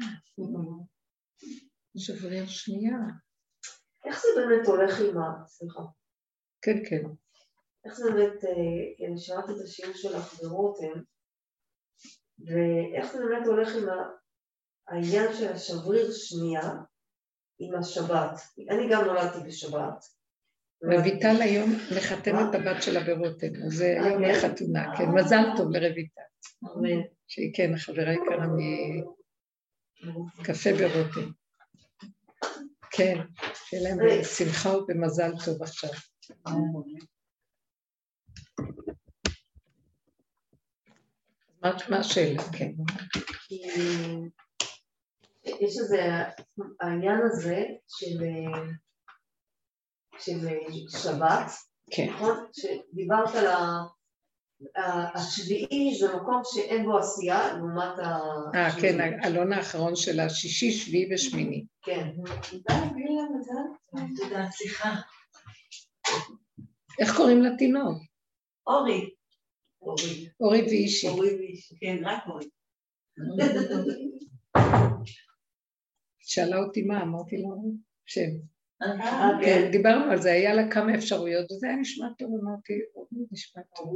שבריר שנייה. איך זה באמת הולך עם סליחה. כן, כן. איך זה באמת, אני שמעתי את השיעור שלך ברותם, ואיך זה באמת הולך עם העניין של השבריר שנייה, עם השבת. אני גם נולדתי בשבת. רויטל היום מחתן את הבת שלה ברותם, אז זה היום לחתונה, כן, מזל טוב לרויטל. שהיא כן, החברה יקרה מקפה ברותם. כן, שיהיה להם בשמחה ובמזל טוב עכשיו. מה השאלה? כן. יש איזה, העניין הזה של שבת, נכון? שדיברת על השביעי, זה מקום שאין בו עשייה, לעומת השביעי. כן, אלון האחרון של השישי, שביעי ושמיני. כן. תודה, סליחה. איך קוראים לתינוק? אורי. אורי ואישי. כן, רק אורי. שאלה אותי מה, אמרתי לו, שם. כן, דיברנו על זה, היה לה כמה אפשרויות, וזה היה נשמע טוב, אמרתי, נשמע טוב.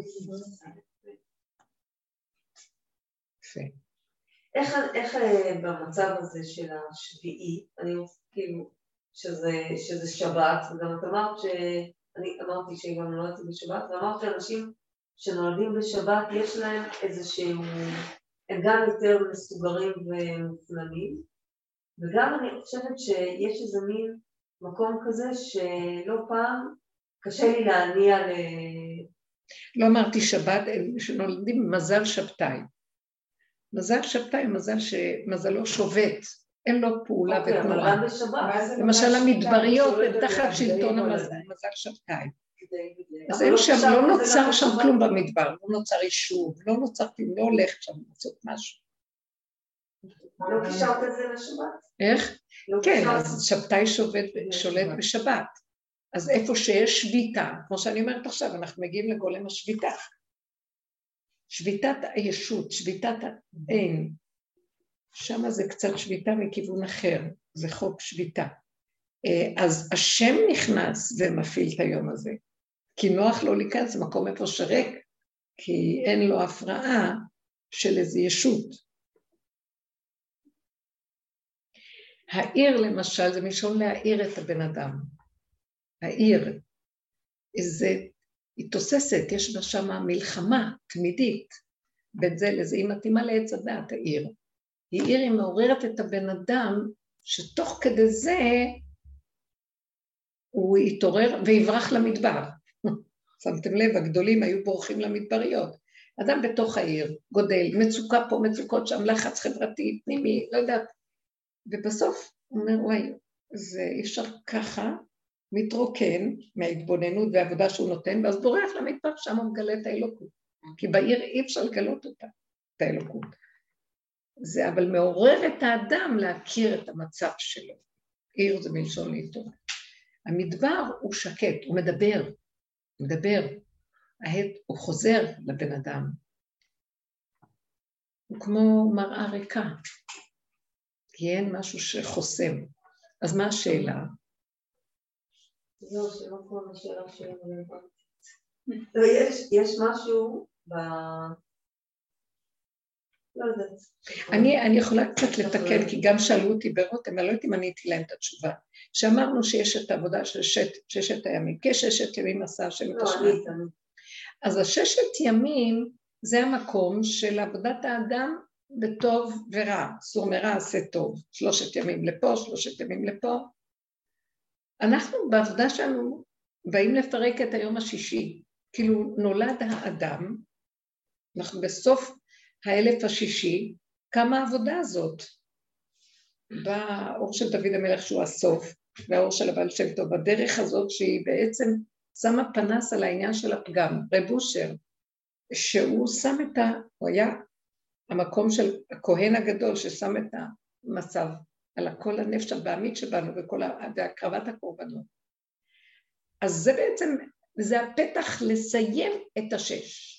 יפה. איך במצב הזה של השביעי, אני כאילו, שזה שבת, וגם את אמרת אני אמרתי שגם נולדתי בשבת, ואמרת שאנשים שנולדים בשבת יש להם איזשהו, הם גם יותר מסוגרים ומופנמים, וגם אני חושבת שיש איזה מין מקום כזה שלא פעם קשה לי להניע לא אמרתי שבת, שנולדים מזל שבתאי. מזל שבתאי, מזלו שובת, אין לו פעולה ותנועה. למשל המדבריות, הם תחת שלטון המזל שבתאי. אז אין שם, לא נוצר שם כלום במדבר, לא נוצר יישוב, לא הולך שם לעשות משהו. לא קישרת את זה לשבת? איך? כן, אז שבתאי שולט בשבת. אז איפה שיש שביתה, כמו שאני אומרת עכשיו, אנחנו מגיעים לגולם השביתה. שביתת הישות, שביתת האין. שם זה קצת שביתה מכיוון אחר, זה חוק שביתה. אז השם נכנס ומפעיל את היום הזה. כי נוח לא להיכנס מקום איפה שרק, כי אין לו הפרעה של איזו ישות. העיר למשל, זה משום להעיר את הבן אדם. העיר, היא תוססת, יש בה שם מלחמה תמידית, בין זה לזה, היא מתאימה לעץ הדעת העיר. היא עיר, היא מעוררת את הבן אדם, שתוך כדי זה, הוא יתעורר ויברח למדבר. שמתם לב, הגדולים היו בורחים למדבריות. אדם בתוך העיר, גודל, מצוקה פה, מצוקות שם, לחץ חברתי, פנימי, לא יודעת. ובסוף הוא אומר, וואי, זה אי אפשר ככה, מתרוקן מההתבוננות והעבודה שהוא נותן, ואז בורח למדבר, שם הוא מגלה את האלוקות. כי בעיר אי אפשר לגלות אותה, את האלוקות. זה אבל מעורר את האדם להכיר את המצב שלו. עיר זה מלשון להתעורר. המדבר הוא שקט, הוא מדבר. הוא חוזר לבן אדם. הוא כמו מראה ריקה, כי אין משהו שחוסם. אז מה השאלה? לא, שלא כל השאלה שלי. יש משהו לא יודעת. אני יכולה קצת לתקן, כי גם שאלו אותי ברותם, אני לא יודעת אם עניתי להם את התשובה, שאמרנו שיש את העבודה של ששת הימים, כששת ימים עשה השם את השמיים. אז הששת ימים זה המקום של עבודת האדם בטוב ורע, סור מרע עשה טוב, 3 ימים לפה, 3 ימים לפה. אנחנו בעבודה שלנו באים לפרק את היום השישי, כאילו נולד האדם, אנחנו בסוף האלף השישי, כמה העבודה הזאת? באור של דוד המלך שהוא הסוף, והאור של הבעל שם טוב, בדרך הזאת שהיא בעצם שמה פנס על העניין של הפגם, רב אושר, שהוא שם הוא היה המקום של הכהן הגדול ששם את המצב על כל הנפש הבעמית שבנו והקרבת הקורבנות. אז זה בעצם, זה הפתח לסיים את השש.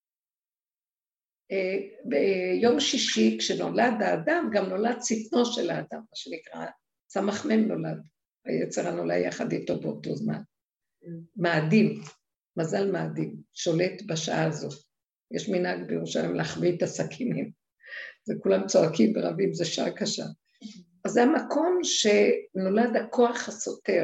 ביום שישי כשנולד האדם, גם נולד צפנו של האדם, מה שנקרא, צמח מם נולד, היצר הנולד יחד איתו באותו זמן. מאדים, מזל מאדים, שולט בשעה הזאת. יש מנהג בירושלים להחביא את הסכינים, וכולם צועקים ורבים, זה שעה קשה. אז זה המקום שנולד הכוח הסותר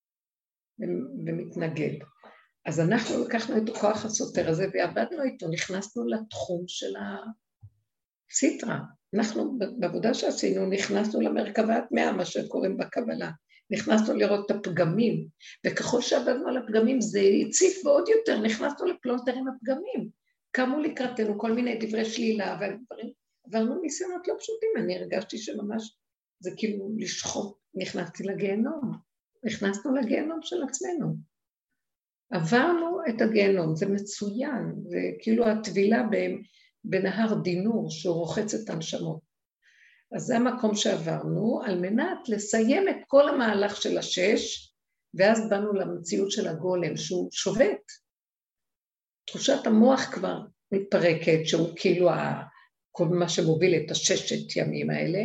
ומתנגד. אז אנחנו לקחנו את הכוח הסותר הזה ועבדנו איתו, נכנסנו לתחום של הסיטרה. אנחנו בעבודה שעשינו נכנסנו למרכבת 100, מה שקוראים בקבלה. נכנסנו לראות את הפגמים, וככל שעבדנו על הפגמים זה הציף ועוד יותר, נכנסנו לפלונטר עם הפגמים. קמו לקראתנו כל מיני דברי שלילה ודברים, עברנו ניסיונות לא פשוטים, אני הרגשתי שממש זה כאילו לשחוט, נכנסתי לגיהנום, נכנסנו לגיהנום של עצמנו. עברנו את הגיהנום, זה מצוין, זה כאילו הטבילה בנהר דינור שהוא רוחץ את הנשמות. אז זה המקום שעברנו, על מנת לסיים את כל המהלך של השש, ואז באנו למציאות של הגולם, שהוא שובת. תחושת המוח כבר מתפרקת, שהוא כאילו כל מה שמוביל את הששת ימים האלה,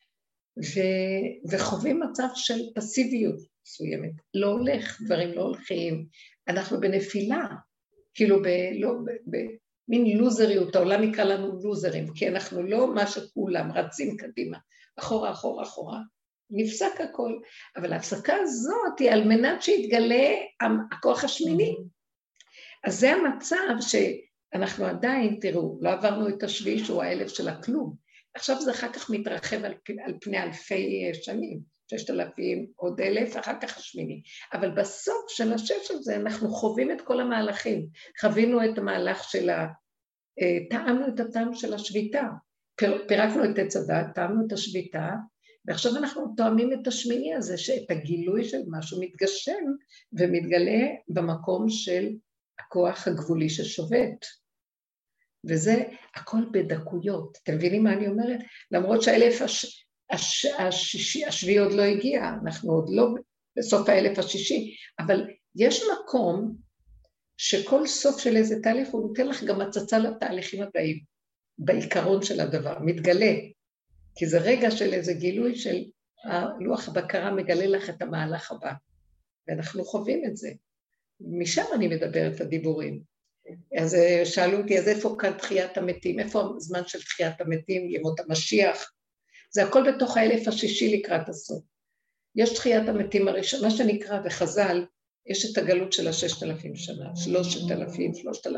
וחווים מצב של פסיביות מסוימת. לא הולך, דברים לא הולכים, אנחנו בנפילה, כאילו במין לוזריות, העולם יקרא לנו לוזרים, כי אנחנו לא מה שכולם רצים קדימה, אחורה, אחורה, אחורה, נפסק הכל, אבל ההפסקה הזאת היא על מנת שיתגלה הכוח השמיני. אז זה המצב שאנחנו עדיין, תראו, לא עברנו את השביעי שהוא האלף של הכלום, עכשיו זה אחר כך מתרחב על פני אלפי שנים, 6,000 עוד 1,000, אחר כך השמיני. אבל בסוף של השש הזה אנחנו חווים את כל המהלכים, חווינו את המהלך של טעמנו את הטעם של השביתה, פירקנו את עץ הדת, טעמנו את השביתה, ועכשיו אנחנו תואמים את השמיני הזה, שאת הגילוי של משהו מתגשם ומתגלה במקום של הכוח הגבולי ששובת. וזה הכל בדקויות. אתם מבינים מה אני אומרת? למרות שהאלף השביעי עוד לא הגיע, אנחנו עוד לא בסוף האלף השישי, אבל יש מקום שכל סוף של איזה תהליך הוא נותן לך גם הצצה לתהליכים הבאים, בעיקרון של הדבר, מתגלה, כי זה רגע של איזה גילוי של הלוח הבקרה מגלה לך את המהלך הבא, ואנחנו חווים את זה. משם אני מדברת את הדיבורים. אז שאלו אותי, אז איפה כאן תחיית המתים? איפה הזמן של תחיית המתים, ימות המשיח? זה הכל בתוך האלף השישי לקראת הסוף. יש תחיית המתים הראשון, מה שנקרא בחז"ל, יש את הגלות של 6,000 שנה, 3,000.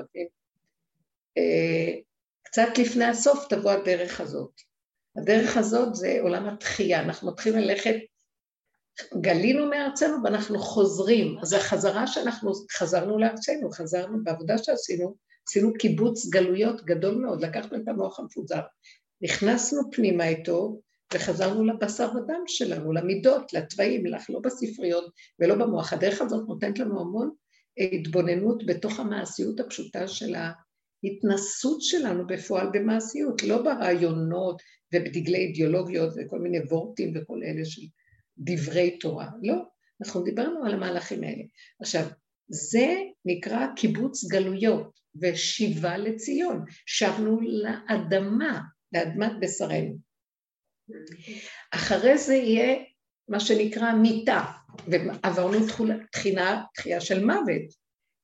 קצת לפני הסוף תבוא הדרך הזאת. הדרך הזאת זה עולם התחייה, אנחנו מתחילים ללכת, גלינו מארצנו ואנחנו חוזרים, אז החזרה שאנחנו חזרנו לארצנו, חזרנו בעבודה שעשינו, עשינו קיבוץ גלויות גדול מאוד, לקחנו את המוח המפוזר, נכנסנו פנימה איתו, וחזרנו לבשר ודם שלנו, למידות, לטבעים, לא בספריות ולא במוח. הדרך הזאת נותנת לנו המון התבוננות בתוך המעשיות הפשוטה של ההתנסות שלנו בפועל במעשיות, לא ברעיונות ובדגלי אידיאולוגיות וכל מיני וורטים וכל אלה של דברי תורה, לא. אנחנו דיברנו על המהלכים האלה. עכשיו, זה נקרא קיבוץ גלויות ושיבה לציון, שבנו לאדמה, לאדמת בשרנו. אחרי זה יהיה מה שנקרא מיטה, ועברנו תחייה של מוות,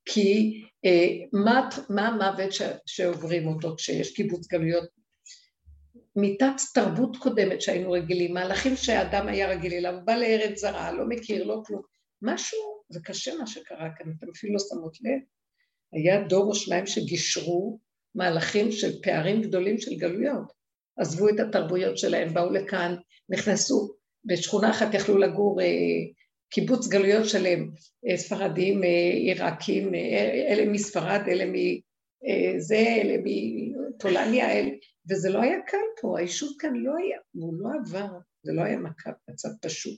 כי מה המוות שעוברים אותו כשיש קיבוץ גלויות? מיטת תרבות קודמת שהיינו רגילים, מהלכים שהאדם היה רגיל אליו, הוא בא לארץ זרה, לא מכיר, לא כלום. משהו, זה קשה מה שקרה כאן, אתם אפילו לא שמות לב. היה דור או שניים שגישרו מהלכים של פערים גדולים של גלויות. עזבו את התרבויות שלהם, באו לכאן, נכנסו, בשכונה אחת יכלו לגור קיבוץ גלויות שלהם, ספרדים, עיראקים, אלה מספרד, אלה מזה, אלה מפולניה, וזה לא היה קל פה, היישוב כאן לא היה, הוא לא עבר, זה לא היה מצב פשוט.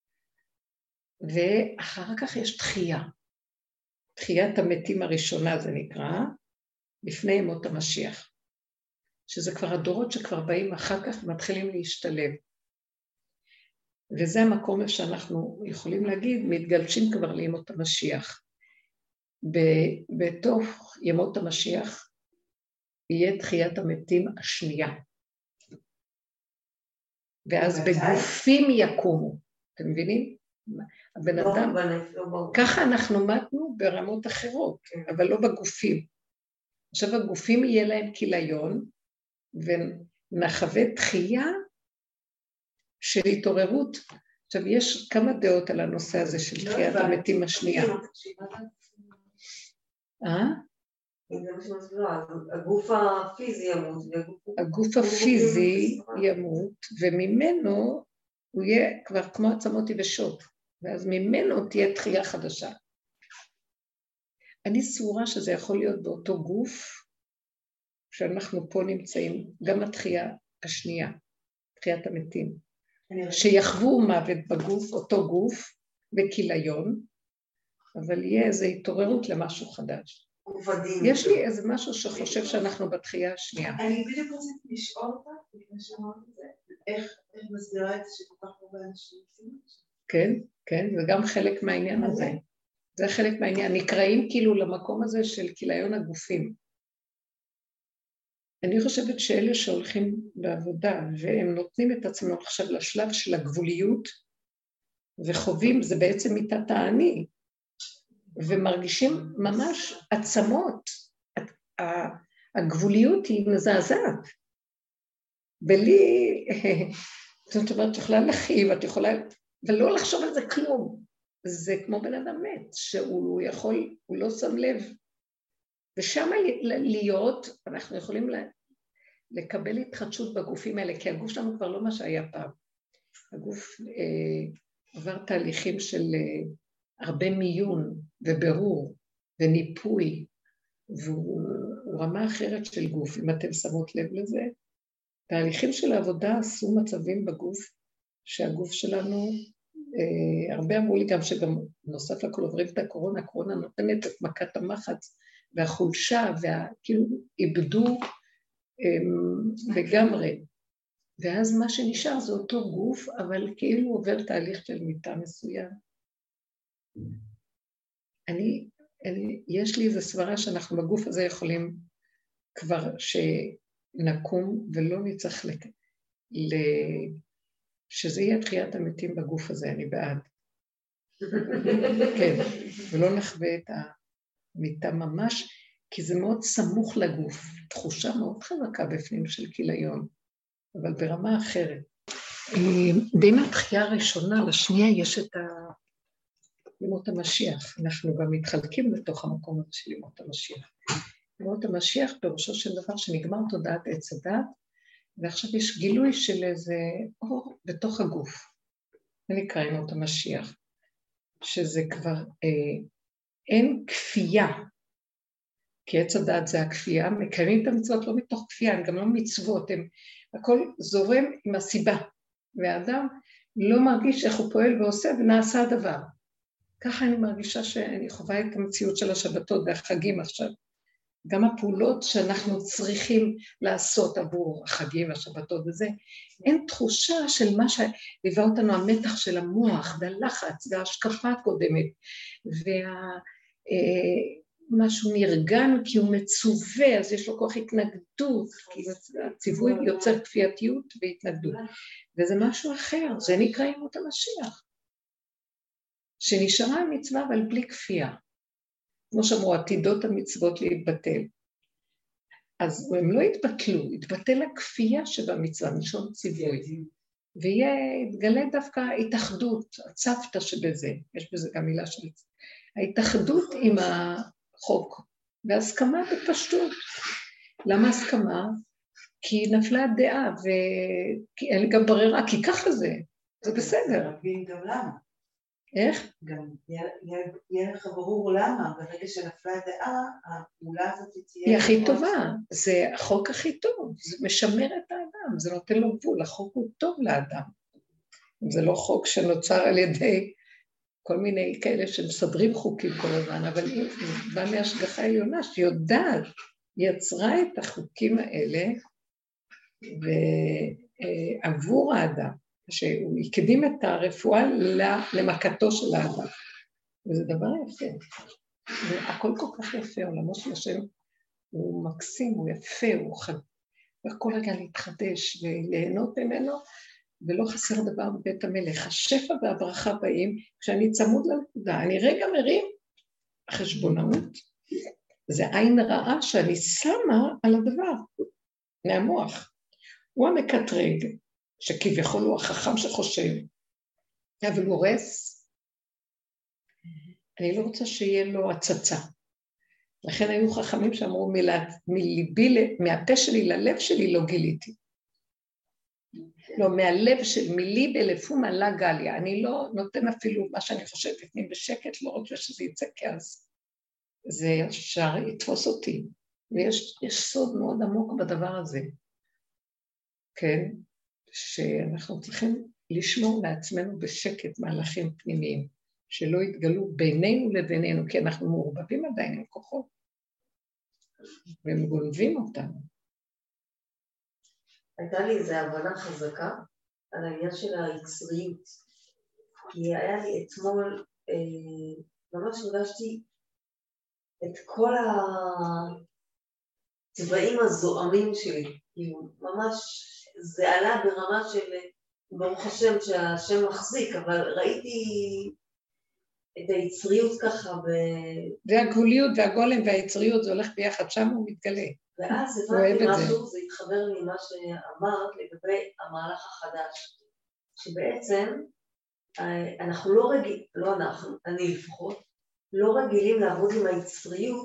ואחר כך יש תחייה, תחיית המתים הראשונה זה נקרא, לפני ימות המשיח, שזה כבר הדורות שכבר באים אחר כך ומתחילים להשתלב. וזה המקום שאנחנו יכולים להגיד, מתגלשים כבר לימות המשיח. בתוך ימות המשיח יהיה תחיית המתים השנייה. ואז בגופים יקומו, אתם מבינים? הבן אדם, ככה אנחנו מתנו ברמות אחרות, אבל לא בגופים. עכשיו הגופים יהיה להם כיליון, ונחווה תחייה של התעוררות. עכשיו יש כמה דעות על הנושא הזה של תחיית המתים השנייה. הגוף הפיזי ימות. הגוף הפיזי ימות, וממנו הוא יהיה כבר כמו עצמות יבשות, ואז ממנו תהיה תחייה חדשה. אני סבורה שזה יכול להיות באותו גוף, שאנחנו פה נמצאים, גם התחייה השנייה, תחיית המתים, שיחוו מוות בגוף, אותו גוף, בכיליון, אבל יהיה איזו התעוררות למשהו חדש. יש לי איזה משהו שחושב שאנחנו בתחייה השנייה. אני בדיוק רציתי לשאול אותה, לפני שאמרת את זה, איך מסבירה את זה שכל כך הרבה אנשים עושים את זה? כן, כן, זה גם חלק מהעניין הזה. זה חלק מהעניין, נקראים כאילו למקום הזה של כיליון הגופים. אני חושבת שאלה שהולכים בעבודה, והם נותנים את עצמם עכשיו לשלב של הגבוליות, וחווים, זה בעצם מיטת האני, ומרגישים ממש עצמות. הגבוליות היא מזעזעת. בלי, זאת אומרת, את יכולה להכאיב, את יכולה, ולא לחשוב על זה כלום. זה כמו בן אדם מת, שהוא יכול, הוא לא שם לב. ושם להיות, אנחנו יכולים לקבל התחדשות בגופים האלה, כי הגוף שלנו כבר לא מה שהיה פעם. הגוף עבר תהליכים של הרבה מיון וברור וניפוי, והוא רמה אחרת של גוף, אם אתם שמות לב לזה. תהליכים של העבודה עשו מצבים בגוף, שהגוף שלנו, הרבה אמרו לי גם שגם נוסף לכל עוברים את הקורונה, הקורונה נותנת את מכת המחץ והחולשה, וכאילו איבדו לגמרי. ואז מה שנשאר זה אותו גוף, אבל כאילו עובר תהליך של מיטה מסוים. יש לי איזו סברה שאנחנו בגוף הזה יכולים כבר שנקום ולא נצטרך שזה יהיה תחיית המתים בגוף הזה, אני בעד. כן, ולא נחווה את המיטה ממש, כי זה מאוד סמוך לגוף, תחושה מאוד חזקה בפנים של כיליון, אבל ברמה אחרת. בין התחייה הראשונה לשנייה יש את ימות המשיח, אנחנו גם מתחלקים לתוך המקום הזה של ימות המשיח. ימות המשיח פירושו של דבר שנגמר תודעת עץ הדת, ועכשיו יש גילוי של איזה אור בתוך הגוף. זה נקרא ימות המשיח, שזה כבר אין כפייה, כי עץ הדת זה הכפייה, מקיימים את המצוות לא מתוך כפייה, הם גם לא מצוות, הכל זורם עם הסיבה, והאדם לא מרגיש איך הוא פועל ועושה ונעשה הדבר. ככה אני מרגישה שאני חווה את המציאות של השבתות והחגים עכשיו. גם הפעולות שאנחנו צריכים לעשות עבור החגים והשבתות וזה, אין תחושה של מה שליווה אותנו, המתח של המוח והלחץ וההשקפה הקודמת, משהו נרגן כי הוא מצווה, אז יש לו כוח התנגדות, כי הציווי יוצר כפייתיות והתנגדות. וזה משהו אחר, זה נקרא ימות המשיח. שנשארה המצווה אבל בלי כפייה. כמו שאמרו, עתידות המצוות להתבטל. אז הם לא התבטלו, התבטל הכפייה שבמצווה, מלשון ציווי. ויתגלה דווקא ההתאחדות, הצוותא שבזה, יש בזה גם מילה של ההתאחדות עם החוק, והסכמה בפשטות. למה הסכמה? כי נפלה הדעה, וכי אין לי גם ברירה, כי ככה זה בסדר. להבין גם למה. איך? גם יהיה לך ברור למה, ברגע שנפלה הדעה, הפעולה הזאת תהיה... היא הכי טובה, זה החוק הכי טוב, זה משמר את האדם, זה נותן לו גבול, החוק הוא טוב לאדם. זה לא חוק שנוצר על ידי כל מיני כאלה שמסדרים חוקים כל הזמן, אבל היא באה מהשגחה עליונה שיודעת, יצרה את החוקים האלה, ועבור האדם, שהוא יקדים את הרפואה למכתו של האדם. וזה דבר יפה. והכל כל כך יפה, עולמו של השם הוא מקסים, הוא יפה, הוא חד... וכל רגע להתחדש וליהנות ממנו, ולא חסר דבר בבית המלך. השפע והברכה באים, כשאני צמוד לנקודה, אני רגע מרים החשבונאות, זה עין רעה שאני שמה על הדבר, מהמוח. הוא המקטרג, שכביכול הוא החכם שחושב, אבל הוא הורס. אני לא רוצה שיהיה לו הצצה. לכן היו חכמים שאמרו, מהפה שלי ללב שלי לא גיליתי. לא, מהלב של מילי בלפום עלה גליה. אני לא נותן אפילו מה שאני חושבת בפנים בשקט, לא רוצה שזה יצא כעס. זה ישר יתפוס אותי. ויש סוד מאוד עמוק בדבר הזה. כן? שאנחנו צריכים לשמור לעצמנו בשקט מהלכים פנימיים, שלא יתגלו בינינו לבינינו, כי אנחנו מעורבבים עדיין עם כוחות, והם גונבים אותנו. הייתה לי איזו הבנה חזקה על העניין של היצריות, כי היה לי אתמול, ממש הרגשתי את כל הצבעים הזוהמים שלי, כאילו ממש זה עלה ברמה של ברוך השם שהשם מחזיק, אבל ראיתי את היצריות ככה והגבוליות והגולם והיצריות זה הולך ביחד, שם הוא מתגלה. ואז הבנתי משהו, זה התחבר לי מה שאמרת לגבי המהלך החדש, שבעצם אנחנו לא רגילים, לא אנחנו, אני לפחות, לא רגילים לעבוד עם היצריות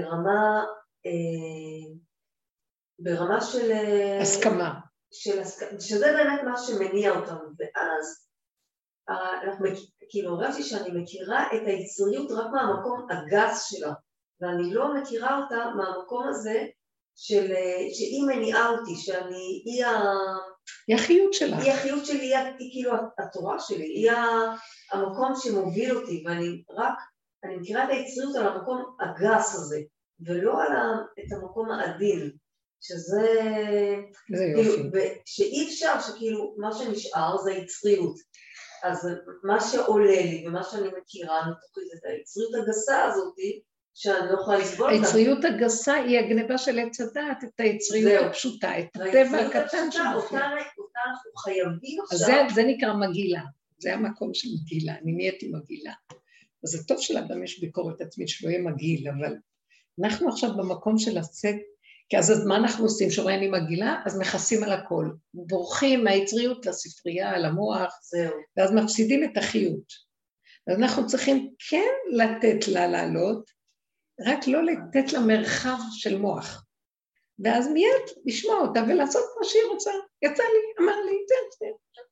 ברמה של... הסכמה. שזה באמת מה שמניע אותנו, ואז כאילו הרגשתי שאני מכירה את היצריות רק מהמקום הגס שלה, ואני לא מכירה אותה מהמקום הזה שהיא מניעה אותי, שאני, היא החיות שלה. היא החיות שלי, היא כאילו התורה שלי, היא המקום שמוביל אותי, ואני מכירה את היצריות על המקום הגס הזה, ולא על את המקום העדין. שזה כאילו, שאי אפשר שכאילו מה שנשאר זה היצריות, אז מה שעולה לי ומה שאני מכירה מתוכי זה את היצריות הגסה הזאת שאני לא יכולה לסבול אותה. היצריות הגסה היא הגניבה של עץ הדעת, את היצריות הפשוטה, את הטבע הקטן שלנו. אותה אנחנו חייבים עכשיו. אז זה נקרא מגילה, זה המקום של מגילה, אני נהייתי מגילה. אז זה טוב שלאדם יש ביקורת עצמית שלא יהיה מגיל, אבל אנחנו עכשיו במקום של לצאת, כי אז מה אנחנו עושים? שומעים עם מגילה, אז מכסים על הכל. בורחים מהיצריות לספרייה, למוח, ואז מפסידים את החיות. אז אנחנו צריכים כן לתת לה לעלות, רק לא לתת לה מרחב של מוח. ואז מיד לשמוע אותה ולעשות מה שהיא רוצה. יצא לי, אמר לי, זה.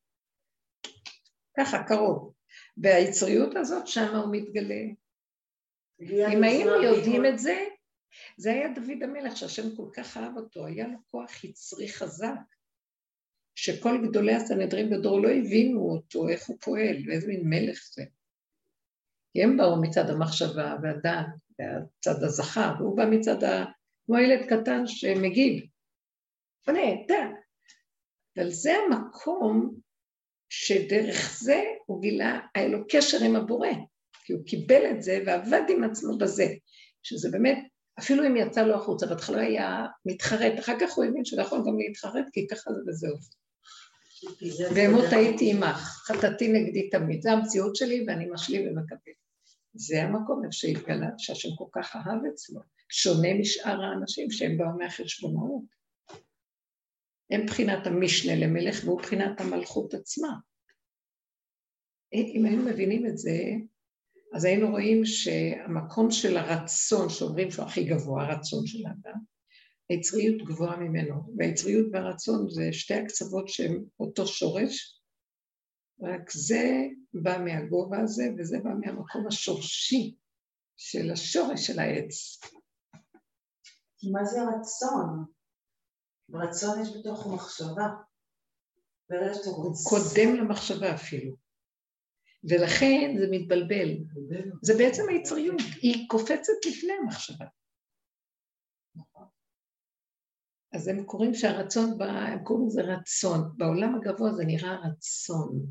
ככה, קרוב. והיצריות הזאת שמה הוא מתגלה. אם היינו יודעים את זה, זה היה דוד המלך שהשם כל כך אהב אותו, היה לו כוח יצרי חזק, שכל גדולי הסנהדרין בדור לא הבינו אותו, איך הוא פועל, ואיזה מין מלך זה. כי הם באו מצד המחשבה והדעת, והצד הזכר, והוא בא מצד כמו ילד קטן שמגיב. פונה, אבל זה המקום שדרך זה הוא גילה, היה לו קשר עם הבורא, כי הוא קיבל את זה ועבד עם עצמו בזה, שזה באמת, אפילו אם יצא לו החוצה, בהתחלה היה מתחרט, אחר כך הוא הבין שיכול גם להתחרט, כי ככה זה וזהו. ואמות הייתי עמך, חטאתי נגדי תמיד, זה המציאות שלי ואני משלים ומקבל. זה המקום שהתגלה, שהשם כל כך אהב אצלו, שונה משאר האנשים שהם באו מהחשבונאות. הם בחינת המשנה למלך והוא בחינת המלכות עצמה. אם היינו מבינים את זה, אז היינו רואים שהמקום של הרצון, שאומרים שהוא הכי גבוה, הרצון של האדם, היצריות גבוהה ממנו, והיצריות והרצון זה שתי הקצוות שהם אותו שורש, רק זה בא מהגובה הזה, וזה בא מהמקום השורשי של השורש של העץ. מה זה רצון? רצון יש בתוך המחשבה. הוא קודם למחשבה אפילו. ולכן זה מתבלבל. זה בעצם היצריות, היא קופצת לפני המחשבה. אז הם קוראים שהרצון בא, הם קוראים לזה רצון. בעולם הגבוה זה נראה רצון.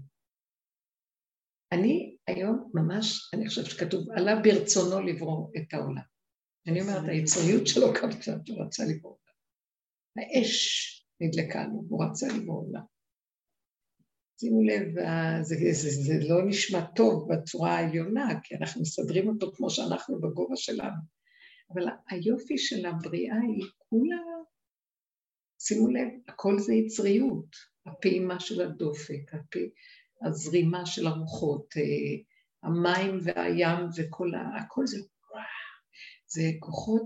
אני היום ממש, אני חושבת שכתוב, עלה ברצונו לברוא את העולם. אני אומרת, היצריות שלו קפצה, הוא רצה לברוא אותה. האש נדלקה לו, הוא רצה לברוא עולם. שימו לב, זה לא נשמע טוב בצורה העליונה, כי אנחנו מסדרים אותו כמו שאנחנו בגובה שלנו. אבל היופי של הבריאה היא כולה, שימו לב, הכל זה יצריות, הפעימה של הדופק, הזרימה של הרוחות, המים והים וכל הכל זה, זה כוחות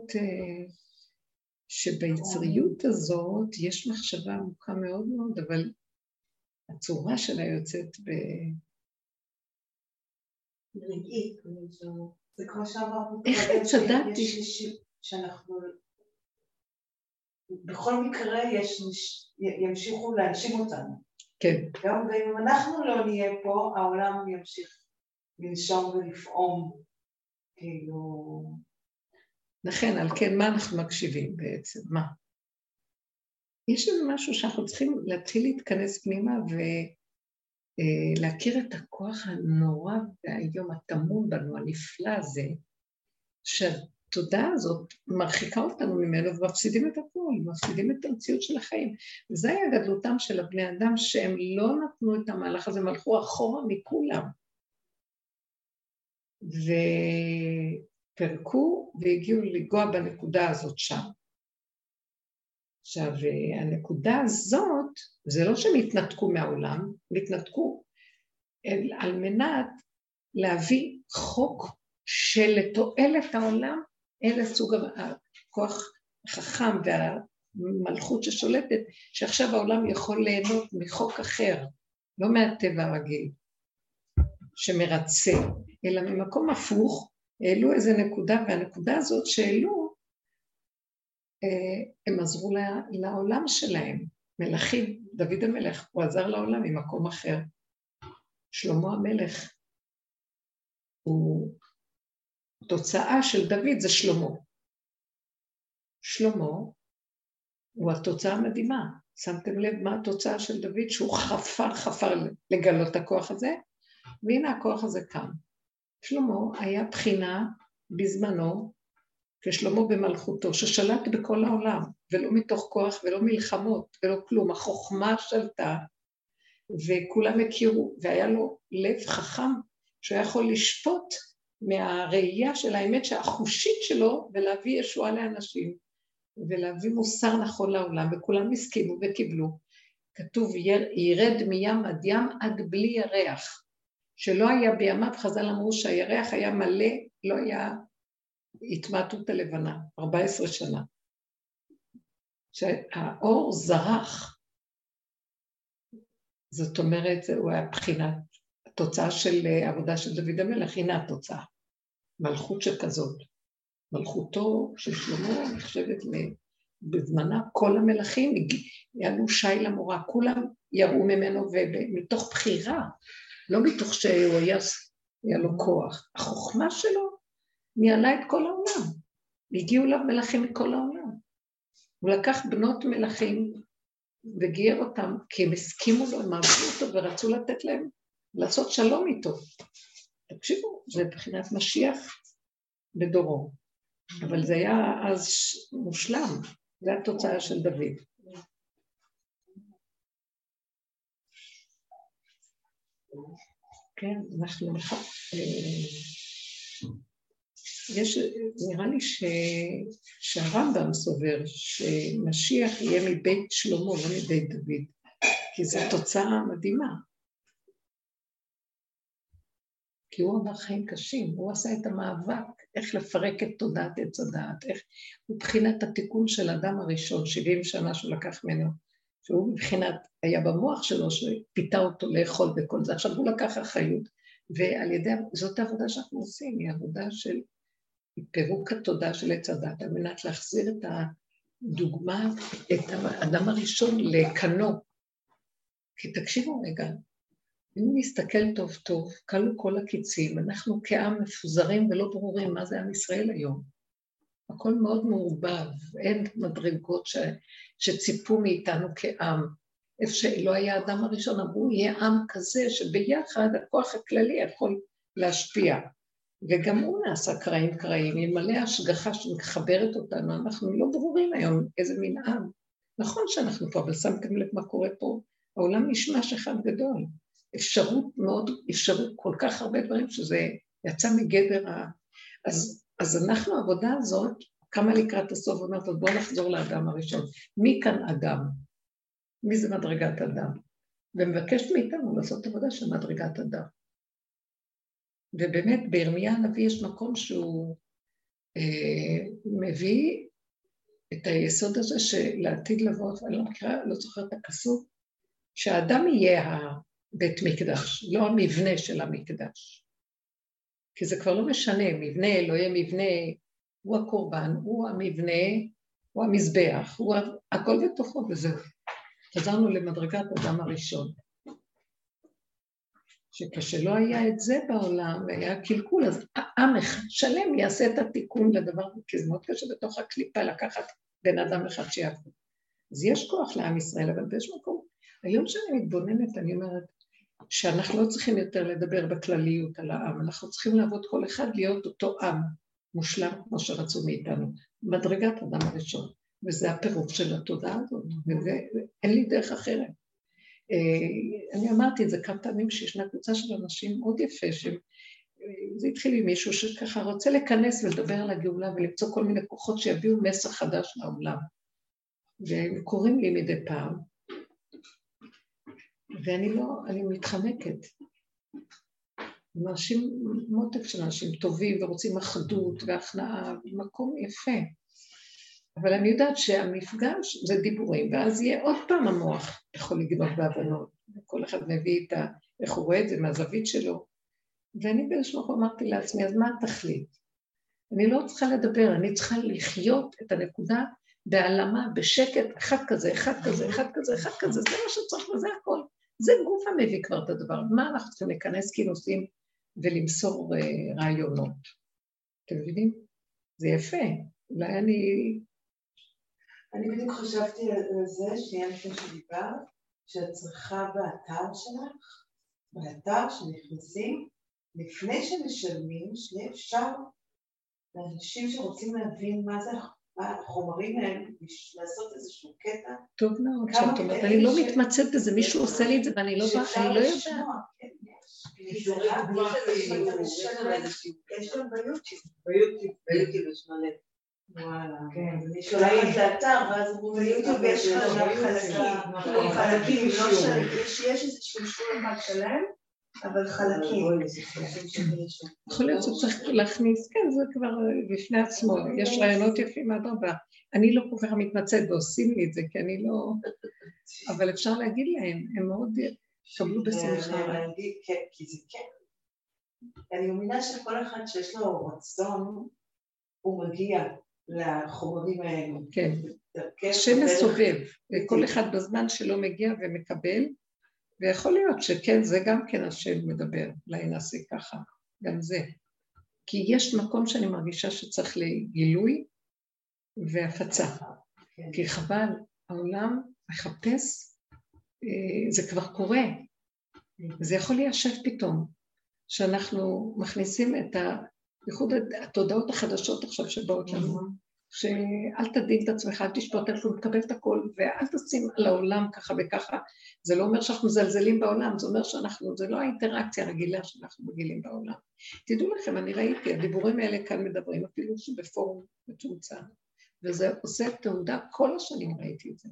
שביצריות הזאת יש מחשבה עמוקה מאוד מאוד, אבל הצורה שלה יוצאת רגעית, זה כמו שאמרנו, איך צדקתי? שאנחנו, בכל מקרה ימשיכו להנשים אותנו. כן. גם אם אנחנו לא נהיה פה, העולם ימשיך לנשום ולפעום, כאילו... לכן, על כן, מה אנחנו מקשיבים בעצם? מה? יש לנו משהו שאנחנו צריכים להתחיל להתכנס פנימה ולהכיר את הכוח הנורא והיום הטמון בנו, הנפלא הזה, שהתודעה הזאת מרחיקה אותנו ממנו ומפסידים את הכל, מפסידים את המציאות של החיים. וזה היה גדלותם של הבני אדם שהם לא נתנו את המהלך הזה, הם הלכו אחורה מכולם. ופרקו והגיעו לגוע בנקודה הזאת שם. עכשיו, הנקודה הזאת, זה לא שהם התנתקו מהעולם, הם התנתקו על מנת להביא חוק של לתועלת העולם, אלה סוג הכוח החכם והמלכות ששולטת, שעכשיו העולם יכול ליהנות מחוק אחר, לא מהטבע הרגיל, שמרצה, אלא ממקום הפוך, העלו איזה נקודה, והנקודה הזאת שהעלו, הם עזרו לעולם שלהם. מלכים, דוד המלך, הוא עזר לעולם ממקום אחר. שלמה המלך, הוא תוצאה של דוד, זה שלמה. שלמה הוא התוצאה המדהימה. שמתם לב מה התוצאה של דוד? שהוא חפר לגלות את הכוח הזה, והנה הכוח הזה קם. שלמה היה בחינה בזמנו, כשלמה במלכותו, ששלט בכל העולם, ולא מתוך כוח ולא מלחמות ולא כלום, החוכמה שלטה, וכולם הכירו, והיה לו לב חכם, שהוא יכול לשפוט מהראייה של האמת שהחושית שלו, ולהביא ישועה לאנשים, ולהביא מוסר נכון לעולם, וכולם הסכימו וקיבלו. כתוב, ירד מים עד ים עד בלי ירח, שלא היה בימיו, חז"ל אמרו שהירח היה מלא, לא היה התמעטות הלבנה, 14 שנה. שהאור זרח, זאת אומרת, הוא היה בחינת התוצאה של עבודה של דוד המלך, הנה התוצאה, מלכות שכזאת. מלכותו של שלמה נחשבת בזמנה, כל המלכים יעלו שי למורה, כולם יראו ממנו ומתוך בחירה, לא מתוך שהוא היה לו כוח. החוכמה שלו ניהלה את כל העולם, והגיעו אליו מלכים מכל העולם. הוא לקח בנות מלכים וגייר אותם, כי הם הסכימו לו, הם אהבו אותו ורצו לתת להם לעשות שלום איתו. תקשיבו, זה בחינת משיח בדורו, אבל זה היה אז מושלם, זה התוצאה של דוד. כן, אנחנו נראה לי שהרמב"ם סובר שמשיח יהיה מבית שלמה, לא מבית דוד, כי זו תוצאה מדהימה. כי הוא אמר חיים קשים, הוא עשה את המאבק, איך לפרק את תודעת עץ הדעת, איך מבחינת התיקון של האדם הראשון, 70 שנה שהוא לקח ממנו, שהוא מבחינת, היה במוח שלו, שפיתה אותו לאכול בכל זה, עכשיו הוא לקח אחריות, ועל ידי, זאת העבודה שאנחנו עושים, היא עבודה של פירוק התודעה של עץ הדעת, על מנת להחזיר את הדוגמה, את האדם הראשון לקנו. כי תקשיבו רגע, אם נסתכל טוב טוב, קלו כל הקיצים, אנחנו כעם מפוזרים ולא ברורים מה זה עם ישראל היום. הכל מאוד מעורבב, אין מדרגות שציפו מאיתנו כעם. איפה שלא היה האדם הראשון, אמרו, יהיה עם כזה שביחד הכוח הכללי יכול להשפיע. וגם הוא נעשה קרעים, עם מלא השגחה שמחברת אותנו, אנחנו לא ברורים היום איזה מין עם. נכון שאנחנו פה, אבל שמתם לב מה קורה פה, העולם נשמש אחד גדול. אפשרות כל כך הרבה דברים שזה יצא מגדר אז אנחנו, העבודה הזאת, כמה לקראת הסוף, אומרת, אז בואו נחזור לאדם הראשון. מי כאן אדם? מי זה מדרגת אדם? ומבקשת מאיתנו לעשות עבודה של מדרגת אדם. ובאמת, בירמיה הנביא יש מקום שהוא מביא את היסוד הזה שלעתיד לבוא, אני לא זוכרת את הכסוף, שהאדם יהיה בית מקדש, לא המבנה של המקדש. כי זה כבר לא משנה, מבנה, לא יהיה מבנה, הוא הקורבן, הוא המבנה, הוא המזבח, הוא הכל בתוכו וזהו. חזרנו למדרגת אדם הראשון. שכשלא היה את זה בעולם, והיה קלקול, אז עם שלם יעשה את התיקון לדבר, כי זה מאוד קשה בתוך הקליפה לקחת בן אדם אחד שיעבוד. אז יש כוח לעם ישראל, אבל באיש מקום, היום שאני מתבוננת, אני אומרת, שאנחנו לא צריכים יותר לדבר בכלליות על העם, אנחנו צריכים לעבוד כל אחד להיות אותו עם, מושלם כמו שרצו מאיתנו, מדרגת אדם הראשון, וזה הפירוק של התודעה הזאת, ואין לי דרך אחרת. אני אמרתי את זה כמה פעמים שישנה קבוצה של אנשים מאוד יפה, זה התחיל עם מישהו שככה רוצה לכנס ולדבר על הגאולה ולמצוא כל מיני כוחות שיביאו מסר חדש לעולם, והם קוראים לי מדי פעם, ואני לא, אני מתחמקת. אנשים, מותק של אנשים טובים ורוצים אחדות והכנעה, מקום יפה. אבל אני יודעת שהמפגש זה דיבורים, ואז יהיה עוד פעם המוח יכול לגנות בהבנות. כל אחד מביא את איך הוא רואה את זה מהזווית שלו. ואני באיזשהו מקום אמרתי לעצמי, אז מה התכלית? אני לא צריכה לדבר, אני צריכה לחיות את הנקודה בהעלמה, בשקט, אחד כזה, זה מה שצריך וזה הכל. זה גוף המביא כבר את הדבר. מה אנחנו צריכים להיכנס כינוסים ולמסור רעיונות? אתם מבינים? זה יפה. אולי אני בדיוק חשבתי על זה, שנייה לפני שדיבר, שאת צריכה באתר שלך, באתר שנכנסים, לפני שמשלמים, שיהיה אפשר לאנשים שרוצים להבין מה זה החומרים האלה, לעשות איזשהו קטע. טוב מאוד, שאת אומרת, אני לא מתמצאת בזה, מישהו עושה לי את זה ואני לא יודעת. יש גם ביוטיוב יש מלא. וואלה, כן. אני שולחת לאתר, ואז ביוטיוב יש חלקים, יש איזשהו שולחן שלם, אבל חלקים. יכול להיות שצריך להכניס, כן, זה כבר בפני עצמו, יש רעיונות יפים מהדרבה. אני לא כל כך מתמצאת ועושים לי את זה, כי אני לא... אבל אפשר להגיד להם, הם מאוד קבלו בשמחה. כי זה כן. אני מאמינה שכל אחד שיש לו רצון, הוא מגיע לחומרים האלו. כן, השם מסובב, וכל אחד בזמן שלו מגיע ומקבל, ויכול להיות שכן, זה גם כן השם מדבר, אולי נעשה ככה, גם זה. כי יש מקום שאני מרגישה שצריך לגילוי והפצה. כי חבל, העולם מחפש, זה כבר קורה, זה יכול ליישב פתאום, שאנחנו מכניסים את בייחוד התודעות החדשות עכשיו שבאות לנו, שאל תדאיג את עצמך, אל תשפוט, אל תקבל את הכל, ואל תשים על העולם ככה וככה. זה לא אומר שאנחנו מזלזלים בעולם, זה אומר זה לא האינטראקציה הרגילה שאנחנו מגילים בעולם. תדעו לכם, אני ראיתי, הדיבורים האלה כאן מדברים, אפילו שבפורום מצומצם, וזה עושה תעודה, כל השנים ראיתי את זה.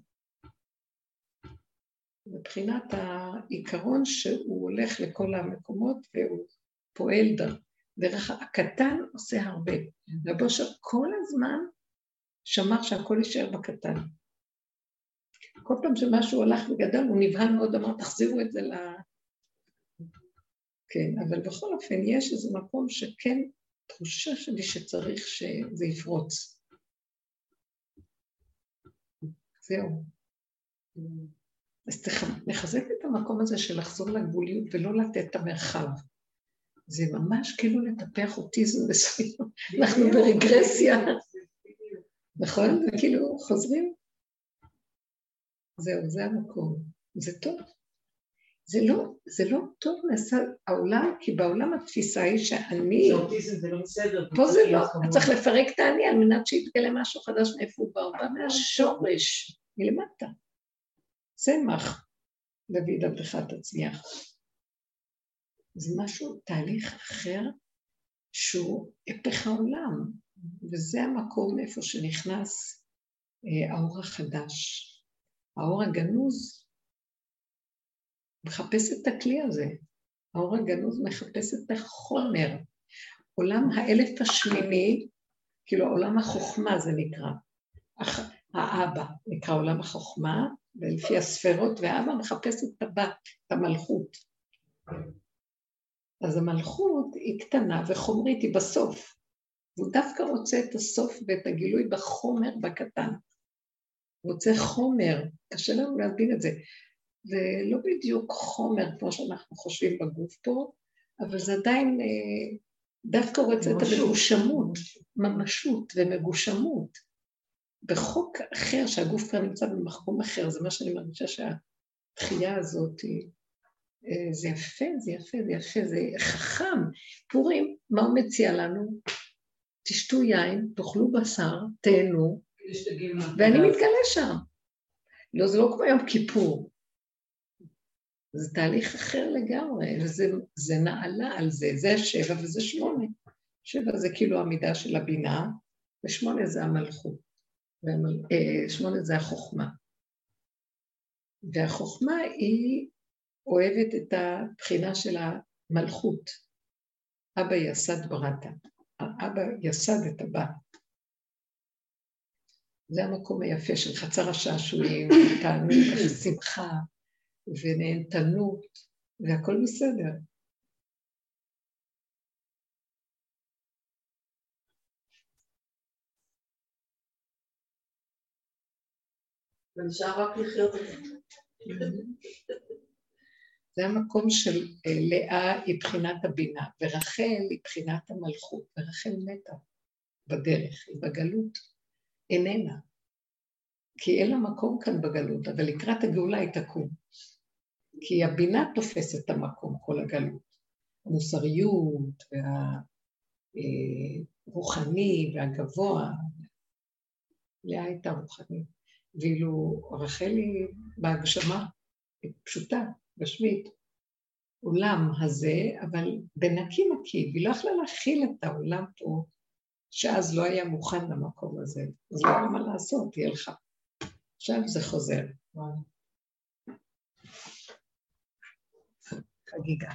מבחינת העיקרון שהוא הולך לכל המקומות, והוא פועל דרך הקטן עושה הרבה. רבושר כל הזמן שמר שהכל יישאר בקטן. כל פעם שמשהו הלך וגדל, הוא נבהל מאוד, אמר, תחזירו את זה כן, אבל בכל אופן יש איזה מקום שכן, תחושה שלי שצריך שזה יפרוץ. זהו. אז נחזק את המקום הזה של לחזור לגבוליות ולא לתת את המרחב. זה ממש כאילו לטפח אוטיזם מסוים. אנחנו ברגרסיה. נכון? וכאילו חוזרים. זהו, זה המקום. זה טוב. זה לא טוב נעשה העולם, כי בעולם התפיסה היא שאני... שאוטיזם זה לא בסדר. פה זה לא, צריך לפרק את העני על מנת שיתגלה משהו חדש מאיפה הוא בא מהשורש, מלמטה. צמח, דוד עבדך תצמיח. זה משהו, תהליך אחר, שהוא הפך העולם, וזה המקום איפה שנכנס האור החדש. האור הגנוז מחפש את הכלי הזה, האור הגנוז מחפש את החומר. עולם האלף השמיני, כאילו עולם החוכמה זה נקרא, האבא נקרא עולם החוכמה, ולפי הספרות, והאבא מחפש את הבת, את המלכות. אז המלכות היא קטנה וחומרית, היא בסוף. והוא דווקא רוצה את הסוף ואת הגילוי בחומר בקטן. הוא רוצה חומר, קשה לנו להבין את זה. זה לא בדיוק חומר כמו שאנחנו חושבים בגוף פה, אבל זה עדיין דווקא רוצה את המגושמות, ממשות ומגושמות. בחוק אחר שהגוף כבר נמצא במקום אחר, זה מה שאני מרגישה שהתחייה הזאת היא... זה יפה, זה יפה, זה יפה, זה חכם. פורים, מה הוא מציע לנו? תשתו יין, תאכלו בשר, תהנו, ואני מתגלה שם. לא, זה לא כמו יום כיפור. זה תהליך אחר לגמרי, וזה נעלה על זה, זה 7 וזה 8. 7 זה כאילו המידה של הבינה, ו8 זה המלכות, 8 זה החוכמה. והחוכמה היא אוהבת את הבחינה של המלכות. אבא יסד בראת, אבא יסד את הבת. זה המקום היפה של חצר השעשועים, תענוג ושמחה ונהנתנות, והכל בסדר. ונשאר רק לחיות את זה. זה המקום של לאה היא בחינת הבינה, ורחל היא בחינת המלכות, ורחל מתה בדרך, היא בגלות, איננה. כי אין לה מקום כאן בגלות, אבל לקראת הגאולה היא תקום. כי הבינה תופסת את המקום, כל הגלות. המוסריות והרוחני והגבוה, לאה הייתה רוחנית. ואילו רחל היא בהגשמה, היא פשוטה. בשמית, עולם הזה, אבל בנקי נקי, והיא לא יכלה להכיל את העולם פה, שאז לא היה מוכן למקום הזה. אז לא היה מה לעשות, היא הלכה. עכשיו זה חוזר. חגיגה.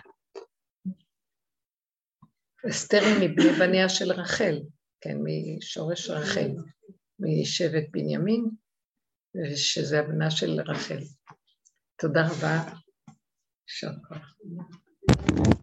אסתר היא מבני בניה של רחל, כן, משורש רחל, משבט בנימין, שזה הבנה של רחל. תודה רבה. יישר כוח.